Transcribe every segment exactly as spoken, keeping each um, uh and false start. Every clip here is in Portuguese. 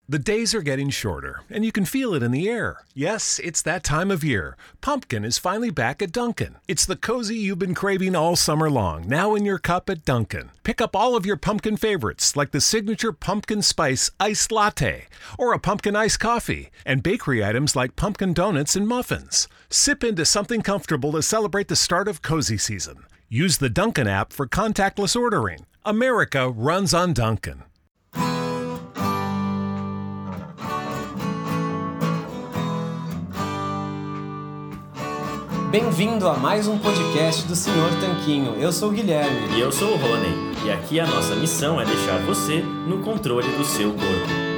The days are getting shorter, and you can feel it in the air. Yes, it's that time of year. Pumpkin is finally back at Dunkin'. It's the cozy you've been craving all summer long, now in your cup at Dunkin'. Pick up all of your pumpkin favorites, like the signature pumpkin spice iced latte, or a pumpkin iced coffee, and bakery items like pumpkin donuts and muffins. Sip into something comfortable to celebrate the start of cozy season. Use the Dunkin' app for contactless ordering. America runs on Dunkin'. Bem-vindo a mais um podcast do senhor Tanquinho. Eu sou o Guilherme. E eu sou o Rony. E aqui a nossa missão é deixar você no controle do seu corpo.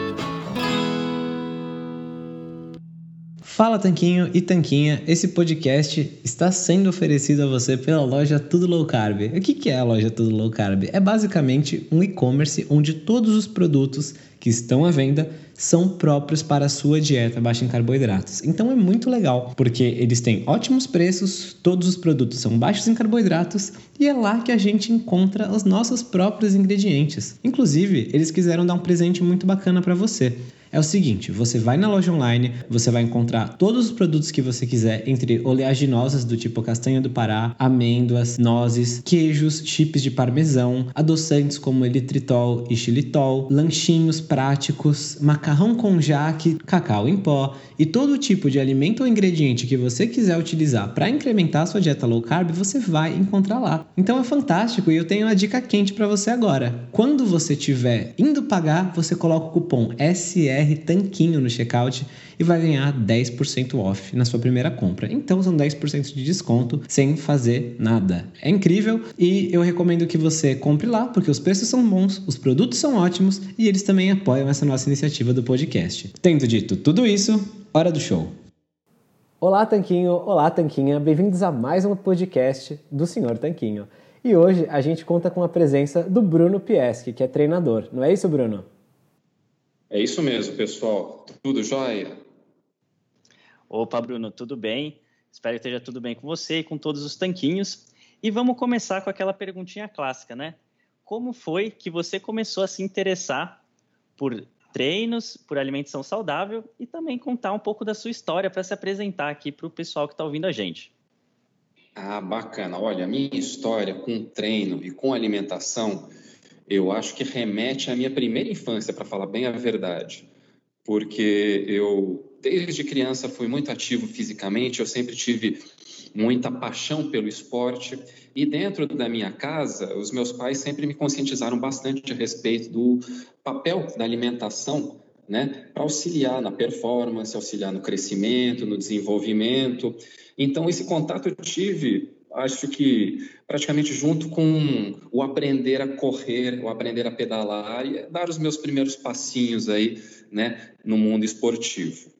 Fala Tanquinho e Tanquinha, esse podcast está sendo oferecido a você pela loja Tudo Low Carb. O que é a loja Tudo Low Carb? É basicamente um e-commerce onde todos os produtos que estão à venda são próprios para a sua dieta baixa em carboidratos. Então é muito legal, porque eles têm ótimos preços, todos os produtos são baixos em carboidratos e é lá que a gente encontra os nossos próprios ingredientes. Inclusive, eles quiseram dar um presente muito bacana para você. É o seguinte, você vai na loja online, você vai encontrar todos os produtos que você quiser, entre oleaginosas do tipo castanha do Pará, amêndoas, nozes, queijos, chips de parmesão, adoçantes como eritritol e xilitol, lanchinhos práticos, macarrão com jaque, cacau em pó e todo tipo de alimento ou ingrediente que você quiser utilizar para incrementar a sua dieta low carb, você vai encontrar lá. Então é fantástico e eu tenho uma dica quente para você agora. Quando você estiver indo pagar, você coloca o cupom S R Tanquinho no checkout e vai ganhar dez por cento off na sua primeira compra. Então são dez por cento de desconto sem fazer nada. É incrível e eu recomendo que você compre lá porque os preços são bons, os produtos são ótimos e eles também apoiam essa nossa iniciativa do podcast. Tendo dito tudo isso, hora do show. Olá Tanquinho, olá Tanquinha, bem-vindos a mais um podcast do senhor Tanquinho. E hoje a gente conta com a presença do Bruno Pieschi, que é treinador. Não é isso, Bruno? É isso mesmo, pessoal. Tudo jóia? Opa, Bruno, tudo bem? Espero que esteja tudo bem com você e com todos os tanquinhos. E vamos começar com aquela perguntinha clássica, né? Como foi que você começou a se interessar por treinos, por alimentação saudável e também contar um pouco da sua história para se apresentar aqui para o pessoal que está ouvindo a gente? Ah, bacana. Olha, a minha história com treino e com alimentação, eu acho que remete à minha primeira infância, para falar bem a verdade. Porque eu, desde criança, fui muito ativo fisicamente, eu sempre tive muita paixão pelo esporte. E dentro da minha casa, os meus pais sempre me conscientizaram bastante a respeito do papel da alimentação, né, para auxiliar na performance, auxiliar no crescimento, no desenvolvimento. Então, esse contato eu tive, acho que praticamente junto com o aprender a correr, o aprender a pedalar e dar os meus primeiros passinhos aí, né, no mundo esportivo.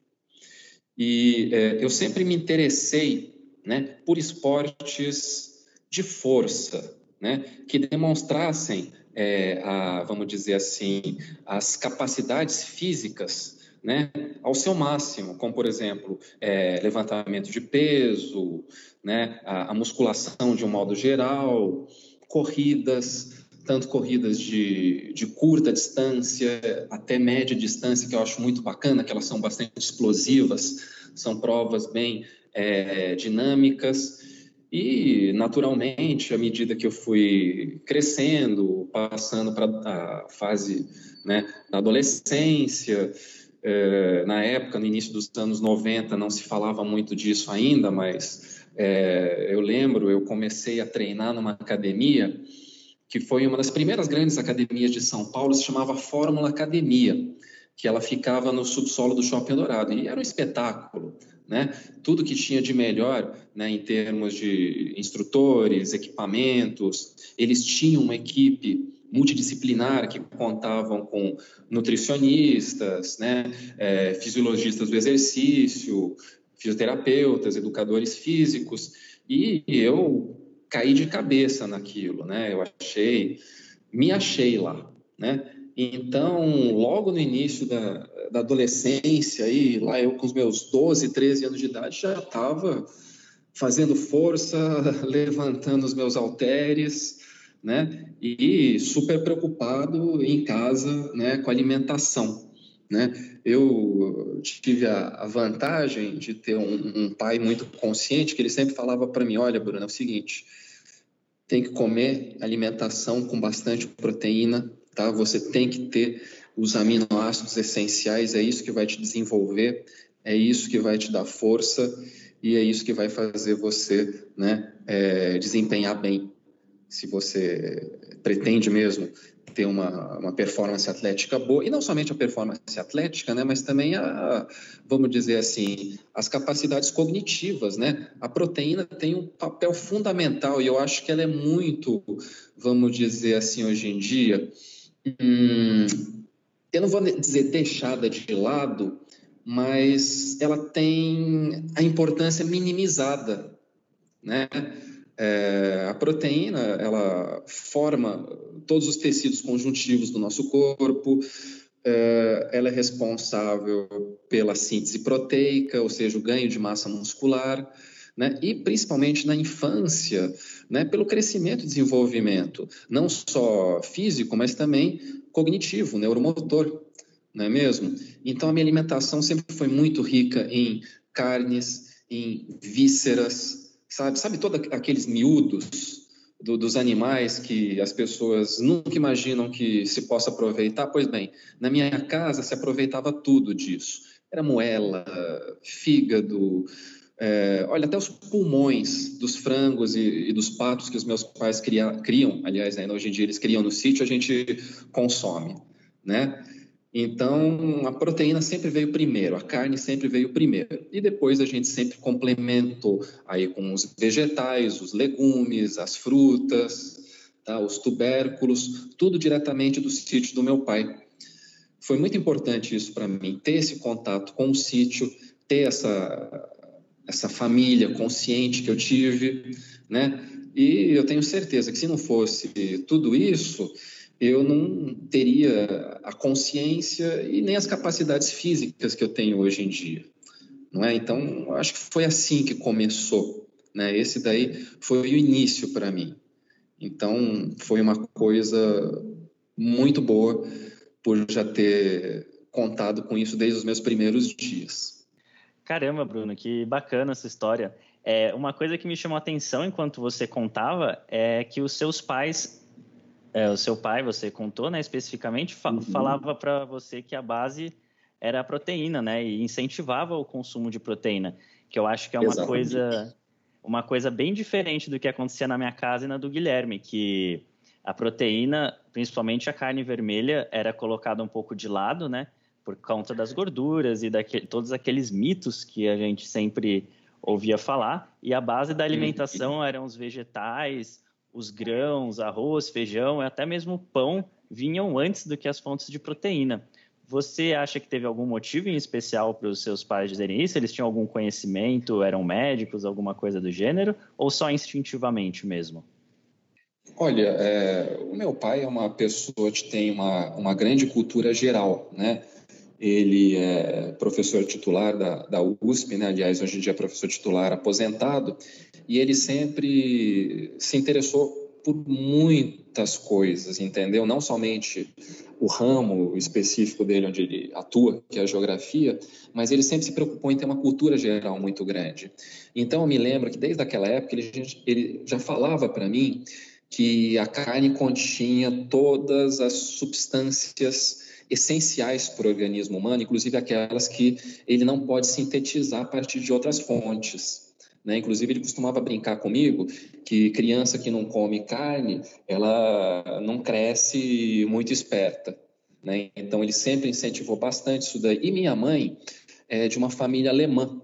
E é, eu sempre me interessei, né, por esportes de força, né, que demonstrassem, é, a, vamos dizer assim, as capacidades físicas, né, ao seu máximo, como, por exemplo, é, levantamento de peso, né, a, a musculação de um modo geral, corridas, tanto corridas de, de curta distância até média distância, que eu acho muito bacana, que elas são bastante explosivas, são provas bem é, dinâmicas. E, naturalmente, à medida que eu fui crescendo, passando para a fase, né, da adolescência, é, na época, no início dos anos noventa, não se falava muito disso ainda, mas é, eu lembro, eu comecei a treinar numa academia, que foi uma das primeiras grandes academias de São Paulo, se chamava Fórmula Academia, que ela ficava no subsolo do Shopping Dourado, e era um espetáculo, né? Tudo que tinha de melhor, né, em termos de instrutores, equipamentos. Eles tinham uma equipe multidisciplinar que contavam com nutricionistas, né, é, fisiologistas do exercício, fisioterapeutas, educadores físicos, e eu caí de cabeça naquilo, né? Eu achei, me achei lá, né? Então, logo no início da, da adolescência, aí, lá eu com os meus doze, treze anos de idade, já estava fazendo força, levantando os meus halteres, né? E super preocupado em casa, né, com a alimentação, né? Eu tive a, a vantagem de ter um, um pai muito consciente, que ele sempre falava para mim, olha, Bruno, é o seguinte, tem que comer alimentação com bastante proteína, tá? Você tem que ter os aminoácidos essenciais, é isso que vai te desenvolver, é isso que vai te dar força e é isso que vai fazer você, né, é, desempenhar bem. Se você pretende mesmo ter uma, uma performance atlética boa, e não somente a performance atlética, né, mas também, a, vamos dizer assim, as capacidades cognitivas, né? A proteína tem um papel fundamental e eu acho que ela é muito, vamos dizer assim, hoje em dia, hum, eu não vou dizer deixada de lado, mas ela tem a importância minimizada, né? É, a proteína, ela forma todos os tecidos conjuntivos do nosso corpo, é, ela é responsável pela síntese proteica, ou seja, o ganho de massa muscular, né? E principalmente na infância, né? Pelo crescimento e desenvolvimento, não só físico, mas também cognitivo, neuromotor, não é mesmo? Então, a minha alimentação sempre foi muito rica em carnes, em vísceras, sabe? Sabe todos aqueles miúdos do, dos animais que as pessoas nunca imaginam que se possa aproveitar? Pois bem, na minha casa se aproveitava tudo disso. Era moela, fígado, é, olha, até os pulmões dos frangos e, e dos patos que os meus pais cria, criam, aliás, ainda hoje em dia eles criam no sítio, a gente consome, né? Então, a proteína sempre veio primeiro, a carne sempre veio primeiro. E depois a gente sempre complementou aí com os vegetais, os legumes, as frutas, tá? Os tubérculos, tudo diretamente do sítio do meu pai. Foi muito importante isso para mim, ter esse contato com o sítio, ter essa, essa família consciente que eu tive, né? E eu tenho certeza que se não fosse tudo isso, eu não teria a consciência e nem as capacidades físicas que eu tenho hoje em dia, não é? Então, eu acho que foi assim que começou, né? Esse daí foi o início para mim. Então, foi uma coisa muito boa por já ter contado com isso desde os meus primeiros dias. Caramba, Bruno, que bacana essa história. É, uma coisa que me chamou a atenção enquanto você contava é que os seus pais... É, o seu pai, você contou, né, especificamente, fa- uhum. falava para você que a base era a proteína, né, e incentivava o consumo de proteína, que eu acho que é uma coisa, uma coisa bem diferente do que acontecia na minha casa e na do Guilherme, que a proteína, principalmente a carne vermelha, era colocada um pouco de lado, né, por conta das gorduras e daquele, todos aqueles mitos que a gente sempre ouvia falar, e a base da alimentação eram os vegetais, os grãos, arroz, feijão e até mesmo pão vinham antes do que as fontes de proteína. Você acha que teve algum motivo em especial para os seus pais dizerem isso? Eles tinham algum conhecimento, eram médicos, alguma coisa do gênero? Ou só instintivamente mesmo? Olha, é, o meu pai é uma pessoa que tem uma, uma grande cultura geral, né? Ele é professor titular da, da U S P, né? Aliás, hoje em dia é professor titular aposentado, e ele sempre se interessou por muitas coisas, entendeu? Não somente o ramo específico dele, onde ele atua, que é a geografia, mas ele sempre se preocupou em ter uma cultura geral muito grande. Então, eu me lembro que desde aquela época ele, ele já falava para mim que a carne continha todas as substâncias essenciais para o organismo humano, inclusive aquelas que ele não pode sintetizar a partir de outras fontes, né? Inclusive, ele costumava brincar comigo que criança que não come carne, ela não cresce muito esperta, né? Então, ele sempre incentivou bastante isso daí. E minha mãe é de uma família alemã,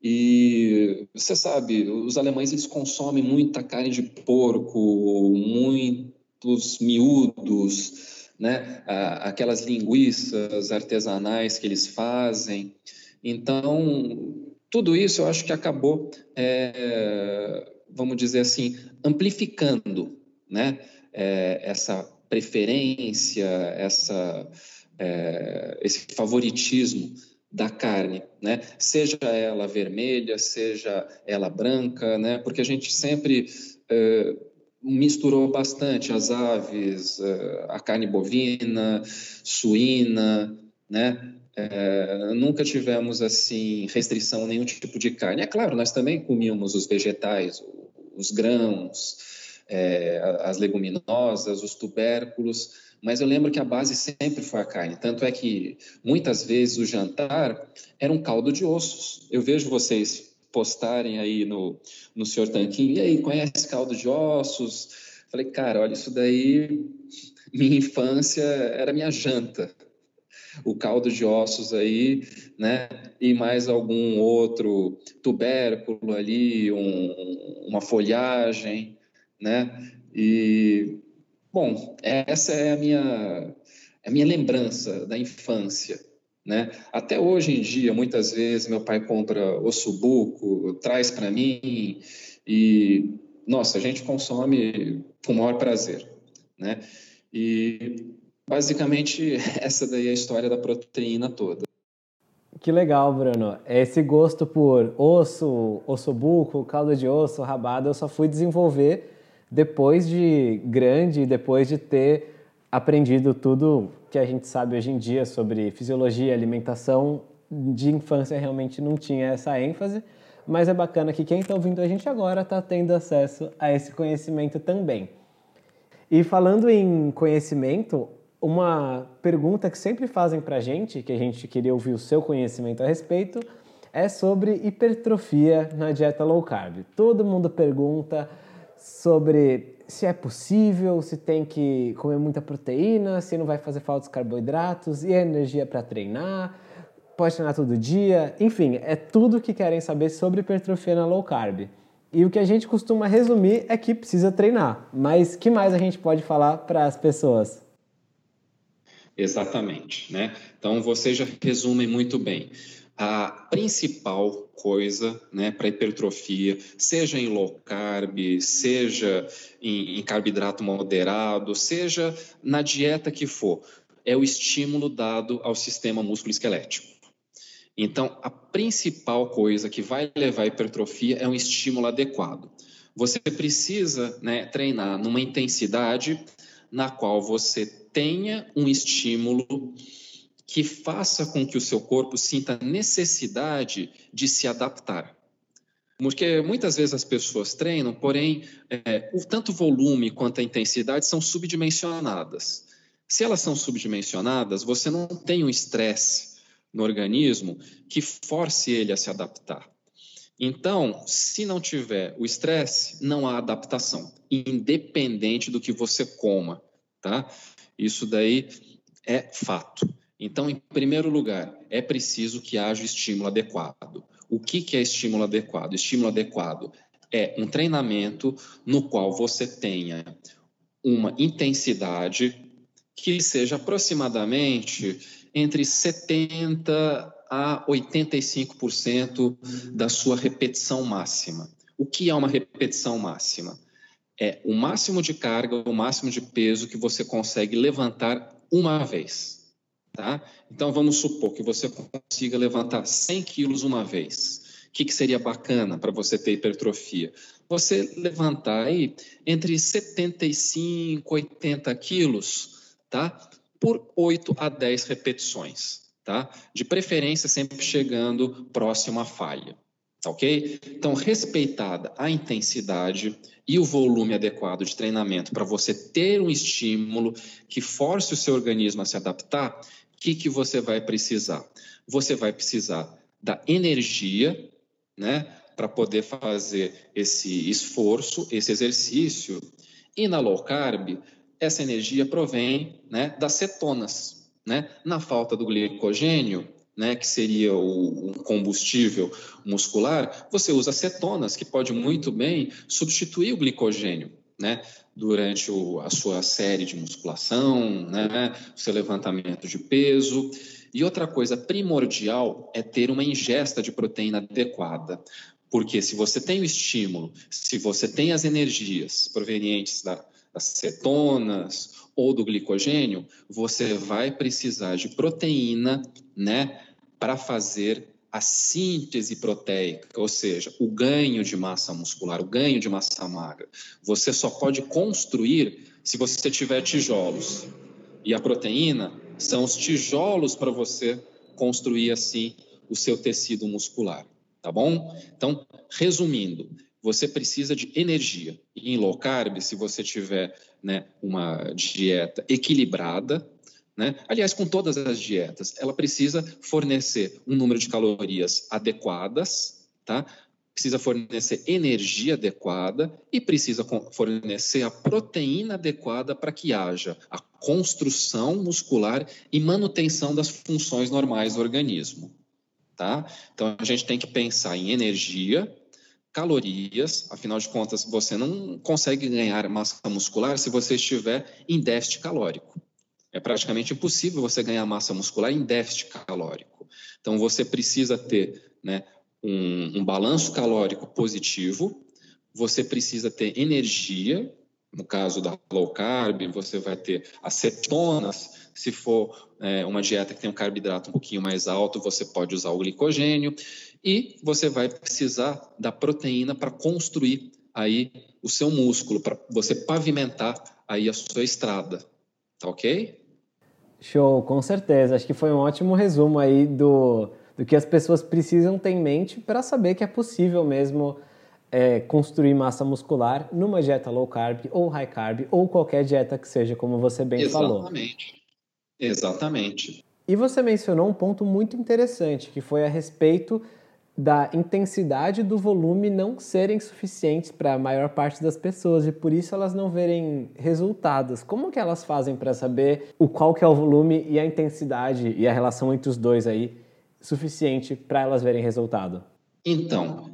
e você sabe, os alemães eles consomem muita carne de porco, muitos miúdos, né? Aquelas linguiças artesanais que eles fazem. Então, tudo isso eu acho que acabou, é, vamos dizer assim, amplificando, né? É, essa preferência, essa, é, esse favoritismo da carne, né? Seja ela vermelha, seja ela branca, né? Porque a gente sempre é, misturou bastante as aves, a carne bovina, suína, né? É, nunca tivemos, assim, restrição a nenhum tipo de carne. É claro, nós também comíamos os vegetais, os grãos, é, as leguminosas, os tubérculos, mas eu lembro que a base sempre foi a carne. Tanto é que, muitas vezes, o jantar era um caldo de ossos. Eu vejo vocês postarem aí no, no senhor Tanquinho, e aí, conhece caldo de ossos? Falei, cara, olha, isso daí, minha infância era minha janta. O caldo de ossos aí, né, e mais algum outro tubérculo ali, um, uma folhagem, né, e, bom, essa é a minha, a minha lembrança da infância, né, até hoje em dia, muitas vezes, meu pai compra ossobuco, traz para mim, e, nossa, a gente consome com o maior prazer, né, e basicamente, essa daí é a história da proteína toda. Que legal, Bruno. Esse gosto por osso, ossobuco, caldo de osso, rabada, eu só fui desenvolver depois de grande, depois de ter aprendido tudo que a gente sabe hoje em dia sobre fisiologia, alimentação. De infância realmente não tinha essa ênfase, mas é bacana que quem está ouvindo a gente agora está tendo acesso a esse conhecimento também. E falando em conhecimento, uma pergunta que sempre fazem para a gente, que a gente queria ouvir o seu conhecimento a respeito, é sobre hipertrofia na dieta low carb. Todo mundo pergunta sobre se é possível, se tem que comer muita proteína, se não vai fazer falta os carboidratos e a energia para treinar, pode treinar todo dia, enfim, é tudo que querem saber sobre hipertrofia na low carb. E o que a gente costuma resumir é que precisa treinar, mas o que mais a gente pode falar para as pessoas? Exatamente, né? Então, vocês já resumem muito bem. A principal coisa, né, para hipertrofia, seja em low carb, seja em, em carboidrato moderado, seja na dieta que for, é o estímulo dado ao sistema músculo-esquelético. Então, a principal coisa que vai levar à hipertrofia é um estímulo adequado. Você precisa, né, treinar numa intensidade na qual você tenha um estímulo que faça com que o seu corpo sinta necessidade de se adaptar. Porque muitas vezes as pessoas treinam, porém, é, o tanto volume quanto a intensidade são subdimensionadas. Se elas são subdimensionadas, você não tem um estresse no organismo que force ele a se adaptar. Então, se não tiver o estresse, não há adaptação, independente do que você coma, tá? Isso daí é fato. Então, em primeiro lugar, é preciso que haja o estímulo adequado. O que que é estímulo adequado? Estímulo adequado é um treinamento no qual você tenha uma intensidade que seja aproximadamente entre setenta a oitenta e cinco por cento da sua repetição máxima. O que é uma repetição máxima? É o máximo de carga, o máximo de peso que você consegue levantar uma vez. Tá? Então, vamos supor que você consiga levantar cem quilos uma vez. O que, que seria bacana para você ter hipertrofia? Você levantar aí entre setenta e cinco, oitenta quilos, tá? Por oito a dez repetições. Tá? De preferência, sempre chegando próximo à falha. Tá, ok? Então, respeitada a intensidade e o volume adequado de treinamento para você ter um estímulo que force o seu organismo a se adaptar, o que, que você vai precisar? Você vai precisar da energia, né, para poder fazer esse esforço, esse exercício. E na low carb, essa energia provém, né, das cetonas. Né? Na falta do glicogênio, né, que seria o, o combustível muscular, você usa cetonas, que pode muito bem substituir o glicogênio, né, durante o, a sua série de musculação, né, o seu levantamento de peso. E outra coisa primordial é ter uma ingesta de proteína adequada, porque se você tem o estímulo, se você tem as energias provenientes da, das cetonas ou do glicogênio, você vai precisar de proteína, né, para fazer a síntese proteica, ou seja, o ganho de massa muscular, o ganho de massa magra. Você só pode construir se você tiver tijolos. E a proteína são os tijolos para você construir assim o seu tecido muscular, tá bom? Então, resumindo, você precisa de energia. E em low carb, se você tiver, né, uma dieta equilibrada, né? Aliás, com todas as dietas, ela precisa fornecer um número de calorias adequadas, tá? Precisa fornecer energia adequada e precisa fornecer a proteína adequada para que haja a construção muscular e manutenção das funções normais do organismo, tá? Então, a gente tem que pensar em energia, calorias, afinal de contas, você não consegue ganhar massa muscular se você estiver em déficit calórico. É praticamente impossível você ganhar massa muscular em déficit calórico. Então, você precisa ter, né, um, um balanço calórico positivo, você precisa ter energia, no caso da low carb, você vai ter as cetonas, se for é, uma dieta que tem um carboidrato um pouquinho mais alto, você pode usar o glicogênio, e você vai precisar da proteína para construir aí o seu músculo, para você pavimentar aí a sua estrada, tá ok? Show, com certeza. Acho que foi um ótimo resumo aí do, do que as pessoas precisam ter em mente para saber que é possível mesmo é, construir massa muscular numa dieta low carb ou high carb ou qualquer dieta que seja, como você bem falou. Exatamente. Exatamente. E você mencionou um ponto muito interessante, que foi a respeito da intensidade do volume não serem suficientes para a maior parte das pessoas e por isso elas não verem resultados. Como que elas fazem para saber o qual que é o volume e a intensidade e a relação entre os dois aí suficiente para elas verem resultado? Então,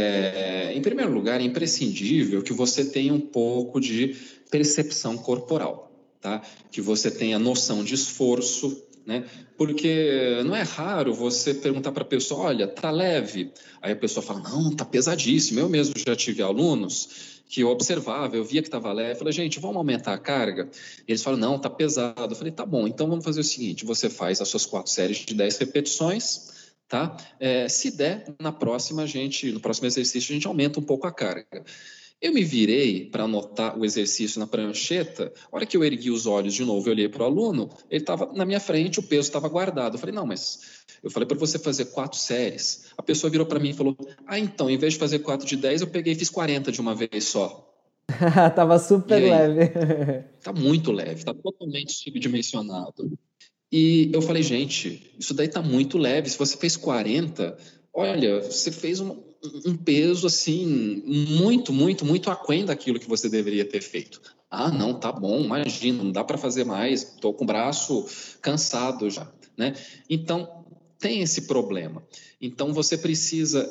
é, em primeiro lugar, é imprescindível que você tenha um pouco de percepção corporal, tá? Que você tenha noção de esforço, né? Porque não é raro você perguntar para a pessoa, olha, tá leve? Aí a pessoa fala, não, tá pesadíssimo. Eu mesmo já tive alunos que eu observava, eu via que estava leve, eu falei, gente, vamos aumentar a carga? E eles falam, não, tá pesado. Eu falei, tá bom, então vamos fazer o seguinte, você faz as suas quatro séries de dez repetições, tá? É, se der, na próxima a gente, no próximo exercício a gente aumenta um pouco a carga. Eu me virei para anotar o exercício na prancheta, a hora que eu ergui os olhos de novo, eu olhei para o aluno, ele estava na minha frente, o peso estava guardado. Eu falei, não, mas eu falei para você fazer quatro séries. A pessoa virou para mim e falou, ah, então, em vez de fazer quatro de dez, eu peguei e fiz quarenta de uma vez só. Tava super leve. Tá muito leve, tá totalmente subdimensionado. E eu falei, gente, isso daí tá muito leve, se você fez quarenta, olha, você fez um, um peso assim, muito, muito, muito aquém daquilo que você deveria ter feito. Ah, não, tá bom, imagina, não dá para fazer mais, estou com o braço cansado já, né? Então, tem esse problema. Então, você precisa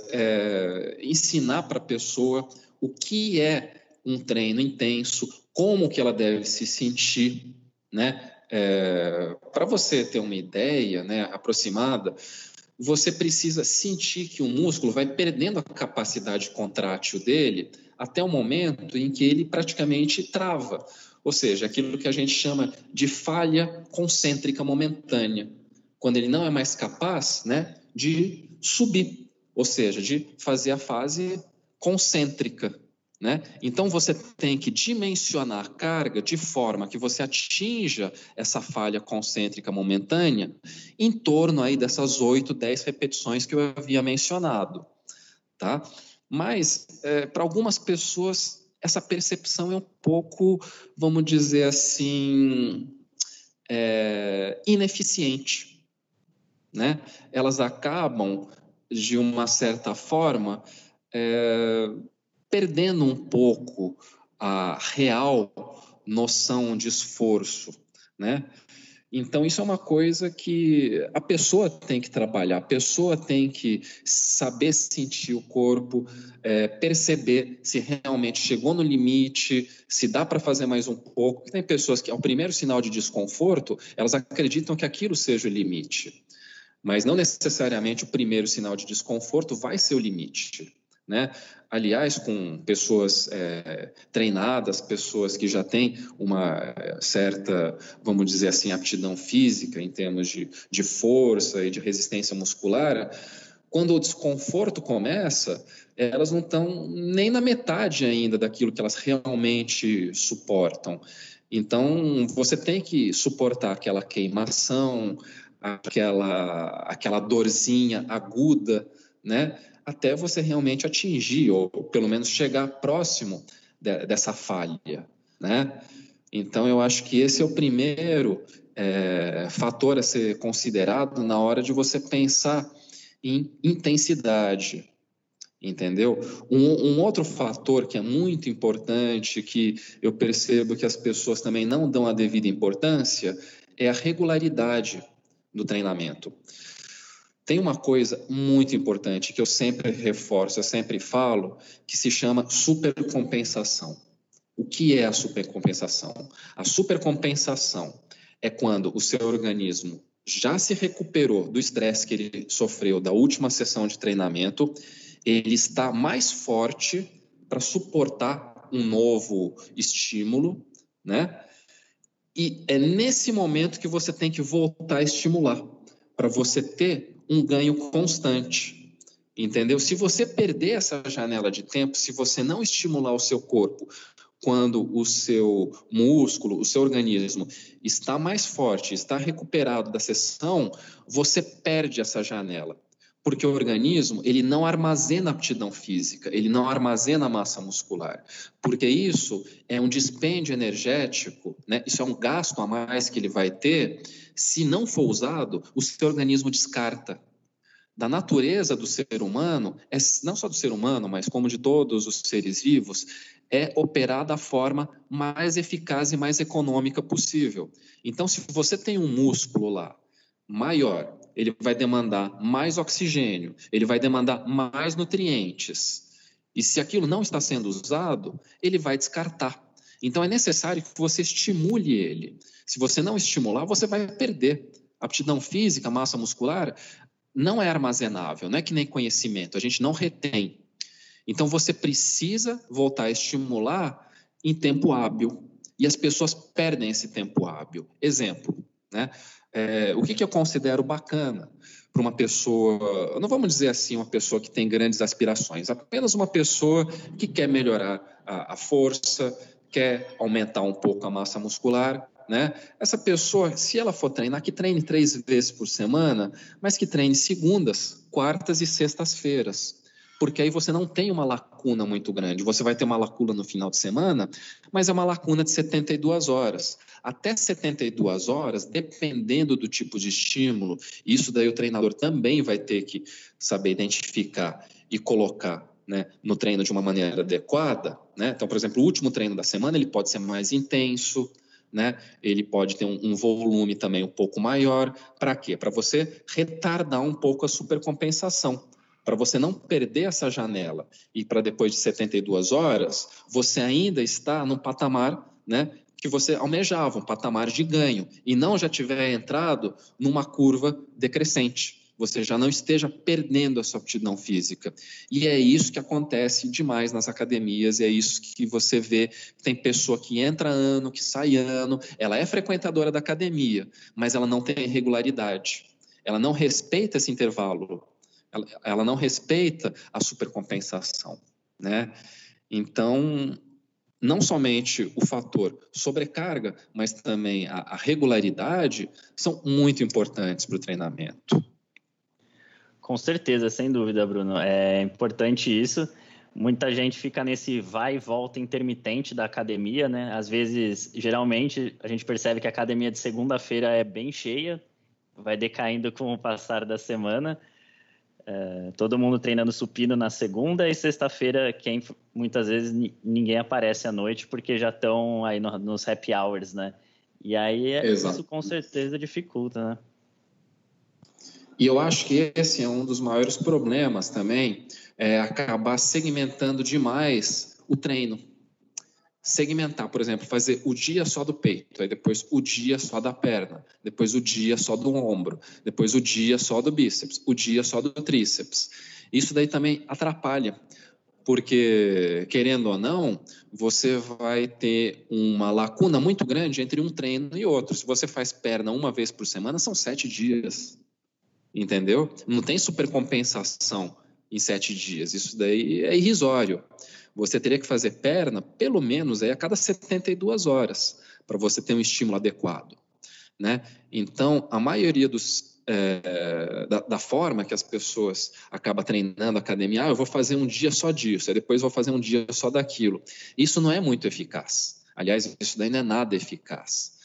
é, ensinar para a pessoa o que é um treino intenso, como que ela deve se sentir, né? É, para você ter uma ideia, né, aproximada, você precisa sentir que o músculo vai perdendo a capacidade contrátil dele até o momento em que ele praticamente trava, ou seja, aquilo que a gente chama de falha concêntrica momentânea, quando ele não é mais capaz, né, de subir, ou seja, de fazer a fase concêntrica. Né? Então, você tem que dimensionar a carga de forma que você atinja essa falha concêntrica momentânea em torno aí dessas oito, dez repetições que eu havia mencionado. Tá? Mas, é, para algumas pessoas, essa percepção é um pouco, vamos dizer assim, é, ineficiente. Né? Elas acabam, de uma certa forma, é, perdendo um pouco a real noção de esforço, né? Então, isso é uma coisa que a pessoa tem que trabalhar, a pessoa tem que saber sentir o corpo, é, perceber se realmente chegou no limite, se dá para fazer mais um pouco. Tem pessoas que, ao primeiro sinal de desconforto, elas acreditam que aquilo seja o limite, mas não necessariamente o primeiro sinal de desconforto vai ser o limite. Né? Aliás, com pessoas é, treinadas, pessoas que já têm uma certa, vamos dizer assim, aptidão física em termos de, de força e de resistência muscular, quando o desconforto começa, elas não estão nem na metade ainda daquilo que elas realmente suportam. Então, você tem que suportar aquela queimação, aquela, aquela dorzinha aguda, né? Até você realmente atingir, ou pelo menos chegar próximo de, dessa falha, né? Então, eu acho que esse é o primeiro é, fator a ser considerado na hora de você pensar em intensidade, entendeu? Um, um outro fator que é muito importante, que eu percebo que as pessoas também não dão a devida importância, é a regularidade do treinamento. Tem uma coisa muito importante que eu sempre reforço, eu sempre falo, que se chama supercompensação. O que é a supercompensação? A supercompensação é quando o seu organismo já se recuperou do estresse que ele sofreu da última sessão de treinamento, ele está mais forte para suportar um novo estímulo, né? E é nesse momento que você tem que voltar a estimular, para você ter um ganho constante, entendeu? Se você perder essa janela de tempo, se você não estimular o seu corpo quando o seu músculo, o seu organismo está mais forte, está recuperado da sessão, você perde essa janela. Porque o organismo, ele não armazena aptidão física, ele não armazena massa muscular. Porque isso é um dispêndio energético, né? Isso é um gasto a mais que ele vai ter. Se não for usado, o seu organismo descarta. Da natureza do ser humano, é, não só do ser humano, mas como de todos os seres vivos, é operar da forma mais eficaz e mais econômica possível. Então, se você tem um músculo lá maior, ele vai demandar mais oxigênio, ele vai demandar mais nutrientes. E se aquilo não está sendo usado, ele vai descartar. Então, é necessário que você estimule ele. Se você não estimular, você vai perder. Aptidão física, massa muscular, não é armazenável, não é que nem conhecimento, a gente não retém. Então, você precisa voltar a estimular em tempo hábil. E as pessoas perdem esse tempo hábil. Exemplo, né? É, o que, que eu considero bacana para uma pessoa, não vamos dizer assim, uma pessoa que tem grandes aspirações, apenas uma pessoa que quer melhorar a, a força, quer aumentar um pouco a massa muscular, né? Essa pessoa, se ela for treinar, que treine três vezes por semana, mas que treine segundas, quartas e sextas-feiras. Porque aí você não tem uma lacuna muito grande. Você vai ter uma lacuna no final de semana, mas é uma lacuna de setenta e duas horas. Até setenta e duas horas, dependendo do tipo de estímulo, isso daí o treinador também vai ter que saber identificar e colocar, né, no treino de uma maneira adequada, né? Então, por exemplo, o último treino da semana ele pode ser mais intenso, né? Ele pode ter um, um volume também um pouco maior. Para quê? Para você retardar um pouco a supercompensação. Para você não perder essa janela e para depois de setenta e duas horas, você ainda está num patamar, né, que você almejava, um patamar de ganho, e não já tiver entrado numa curva decrescente. Você já não esteja perdendo a sua aptidão física. E é isso que acontece demais nas academias, e é isso que você vê. Tem pessoa que entra ano, que sai ano, ela é frequentadora da academia, mas ela não tem regularidade. Ela não respeita esse intervalo. Ela, ela não respeita a supercompensação, né? Então, não somente o fator sobrecarga, mas também a, a regularidade são muito importantes para o treinamento. Com certeza, sem dúvida, Bruno. É importante isso. Muita gente fica nesse vai e volta intermitente da academia, né? Às vezes, geralmente, a gente percebe que a academia de segunda-feira é bem cheia, vai decaindo com o passar da semana. É, todo mundo treinando supino na segunda e sexta-feira, quem muitas vezes ninguém aparece à noite porque já estão aí no, nos happy hours, né? E aí Exato. Isso com certeza dificulta, né? E eu acho que esse é um dos maiores problemas também, é acabar segmentando demais o treino. Segmentar, por exemplo, fazer o dia só do peito, aí depois o dia só da perna, depois o dia só do ombro, depois o dia só do bíceps, o dia só do tríceps. Isso daí também atrapalha, porque, querendo ou não, você vai ter uma lacuna muito grande entre um treino e outro. Se você faz perna uma vez por semana, são sete dias, entendeu? Não tem supercompensação em sete dias, isso daí é irrisório. Você teria que fazer perna, pelo menos, aí, a cada setenta e duas horas, para você ter um estímulo adequado, né? Então, a maioria dos é, da, da forma que as pessoas acabam treinando a academia. Ah, eu vou fazer um dia só disso, aí depois vou fazer um dia só daquilo. Isso não é muito eficaz. Aliás, isso daí não é nada eficaz.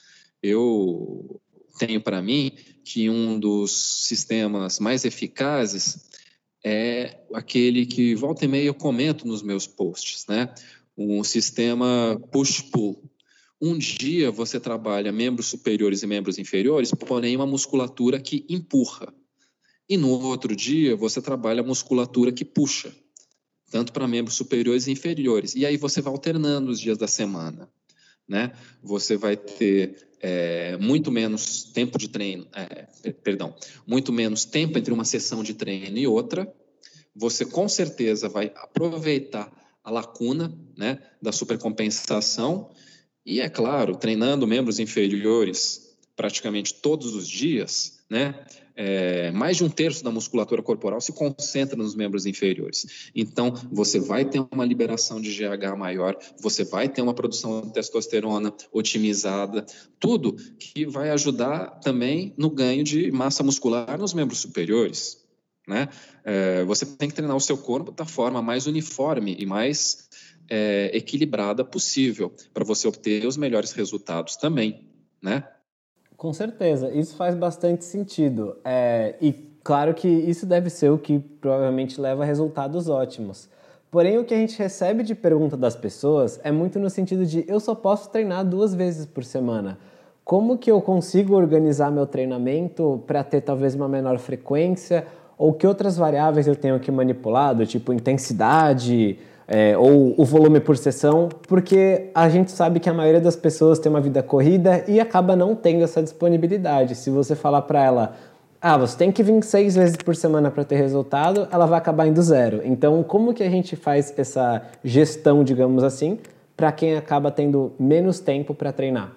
Eu tenho para mim que um dos sistemas mais eficazes é aquele que volta e meia eu comento nos meus posts, né? Um sistema push-pull. Um dia você trabalha membros superiores e membros inferiores, porém uma musculatura que empurra. E no outro dia você trabalha a musculatura que puxa, tanto para membros superiores e inferiores. E aí você vai alternando os dias da semana, né? Você vai ter é, muito menos tempo de treino, é, perdão, muito menos tempo entre uma sessão de treino e outra. Você com certeza vai aproveitar a lacuna, né, da supercompensação e, é claro, treinando membros inferiores praticamente todos os dias, né, é, mais de um terço da musculatura corporal se concentra nos membros inferiores. Então, você vai ter uma liberação de G H maior, você vai ter uma produção de testosterona otimizada, tudo que vai ajudar também no ganho de massa muscular nos membros superiores, né? É, você tem que treinar o seu corpo da forma mais uniforme e mais é, equilibrada possível para você obter os melhores resultados também, né? Com certeza, isso faz bastante sentido. É, e claro que isso deve ser o que provavelmente leva a resultados ótimos. Porém, o que a gente recebe de pergunta das pessoas é muito no sentido de eu só posso treinar duas vezes por semana. Como que eu consigo organizar meu treinamento para ter talvez uma menor frequência? Ou que outras variáveis eu tenho que manipular, do tipo intensidade é, ou o volume por sessão? Porque a gente sabe que a maioria das pessoas tem uma vida corrida e acaba não tendo essa disponibilidade. Se você falar para ela, ah, você tem que vir seis vezes por semana para ter resultado, ela vai acabar indo zero. Então, como que a gente faz essa gestão, digamos assim, para quem acaba tendo menos tempo para treinar?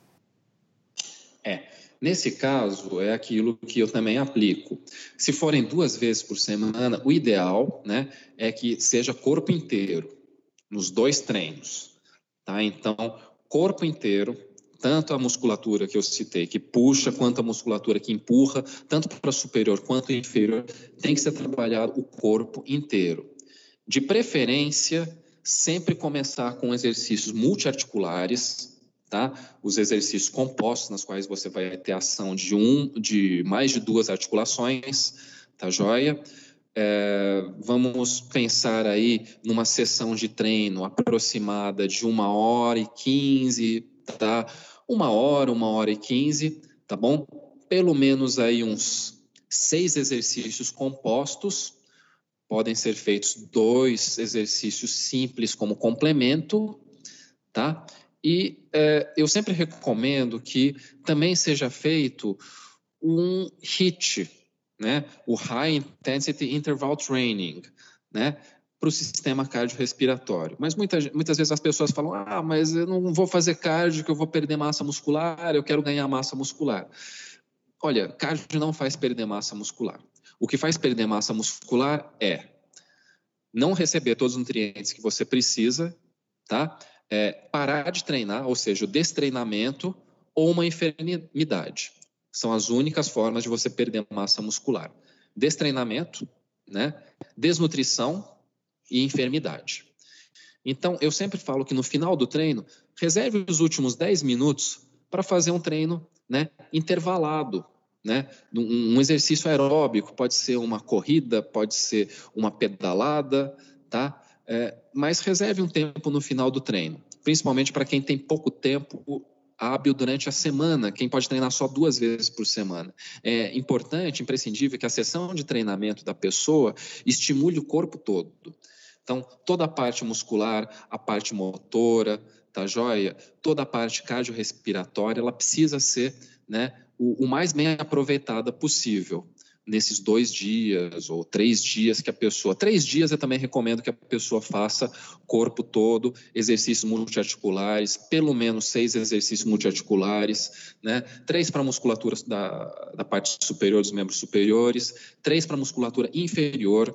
É, nesse caso é aquilo que eu também aplico. Se forem duas vezes por semana, o ideal, né, é que seja corpo inteiro, nos dois treinos, tá? Então, corpo inteiro, tanto a musculatura que eu citei, que puxa, quanto a musculatura que empurra, tanto para superior quanto inferior, tem que ser trabalhado o corpo inteiro. De preferência, sempre começar com exercícios multiarticulares, tá? Os exercícios compostos, nas quais você vai ter ação de, um, de mais de duas articulações, tá joia? É, vamos pensar aí numa sessão de treino aproximada de uma hora e quinze, tá? Uma hora, uma hora e quinze, tá bom? Pelo menos aí uns seis exercícios compostos, podem ser feitos dois exercícios simples como complemento, tá? E é, eu sempre recomendo que também seja feito um HIIT, né? O High Intensity Interval Training, né? Para o sistema cardiorrespiratório. Mas muitas, muitas vezes as pessoas falam, ah, mas eu não vou fazer cardio que eu vou perder massa muscular, eu quero ganhar massa muscular. Olha, cardio não faz perder massa muscular. O que faz perder massa muscular é não receber todos os nutrientes que você precisa, tá? É parar de treinar, ou seja, o destreinamento ou uma enfermidade. São as únicas formas de você perder massa muscular. Destreinamento, né? Desnutrição e enfermidade. Então, eu sempre falo que no final do treino, reserve os últimos dez minutos para fazer um treino, né, intervalado, né? Um, um exercício aeróbico, pode ser uma corrida, pode ser uma pedalada, tá? É, mas reserve um tempo no final do treino, principalmente para quem tem pouco tempo hábil durante a semana, quem pode treinar só duas vezes por semana. É importante, imprescindível, que a sessão de treinamento da pessoa estimule o corpo todo. Então, toda a parte muscular, a parte motora, tá joia? Toda a parte cardiorrespiratória, ela precisa ser, né, o, o mais bem aproveitada possível nesses dois dias ou três dias que a pessoa... Três dias eu também recomendo que a pessoa faça corpo todo, exercícios multiarticulares, pelo menos seis exercícios multiarticulares, né? Três para a musculatura da, da parte superior dos membros superiores, três para a musculatura inferior,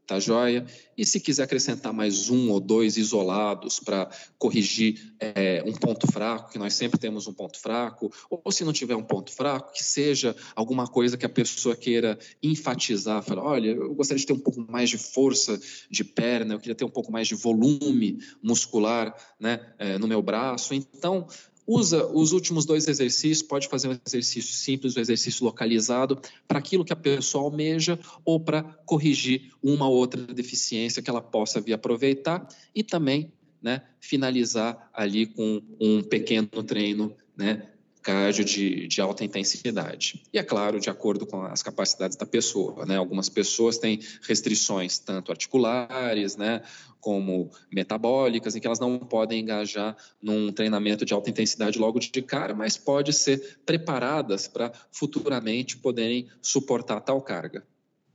tá joia? E se quiser acrescentar mais um ou dois isolados para corrigir é, um ponto fraco, que nós sempre temos um ponto fraco, ou se não tiver um ponto fraco, que seja alguma coisa que a pessoa queira enfatizar, falar, olha, eu gostaria de ter um pouco mais de força de perna, eu queria ter um pouco mais de volume muscular, né, é, no meu braço. Então, usa os últimos dois exercícios, pode fazer um exercício simples, um exercício localizado, para aquilo que a pessoa almeja ou para corrigir uma ou outra deficiência que ela possa vir aproveitar e também, né, finalizar ali com um pequeno treino, né, cardio de, de alta intensidade. E, é claro, de acordo com as capacidades da pessoa, né? Algumas pessoas têm restrições tanto articulares, né, como metabólicas, em que elas não podem engajar num treinamento de alta intensidade logo de cara, mas pode ser preparadas para futuramente poderem suportar tal carga.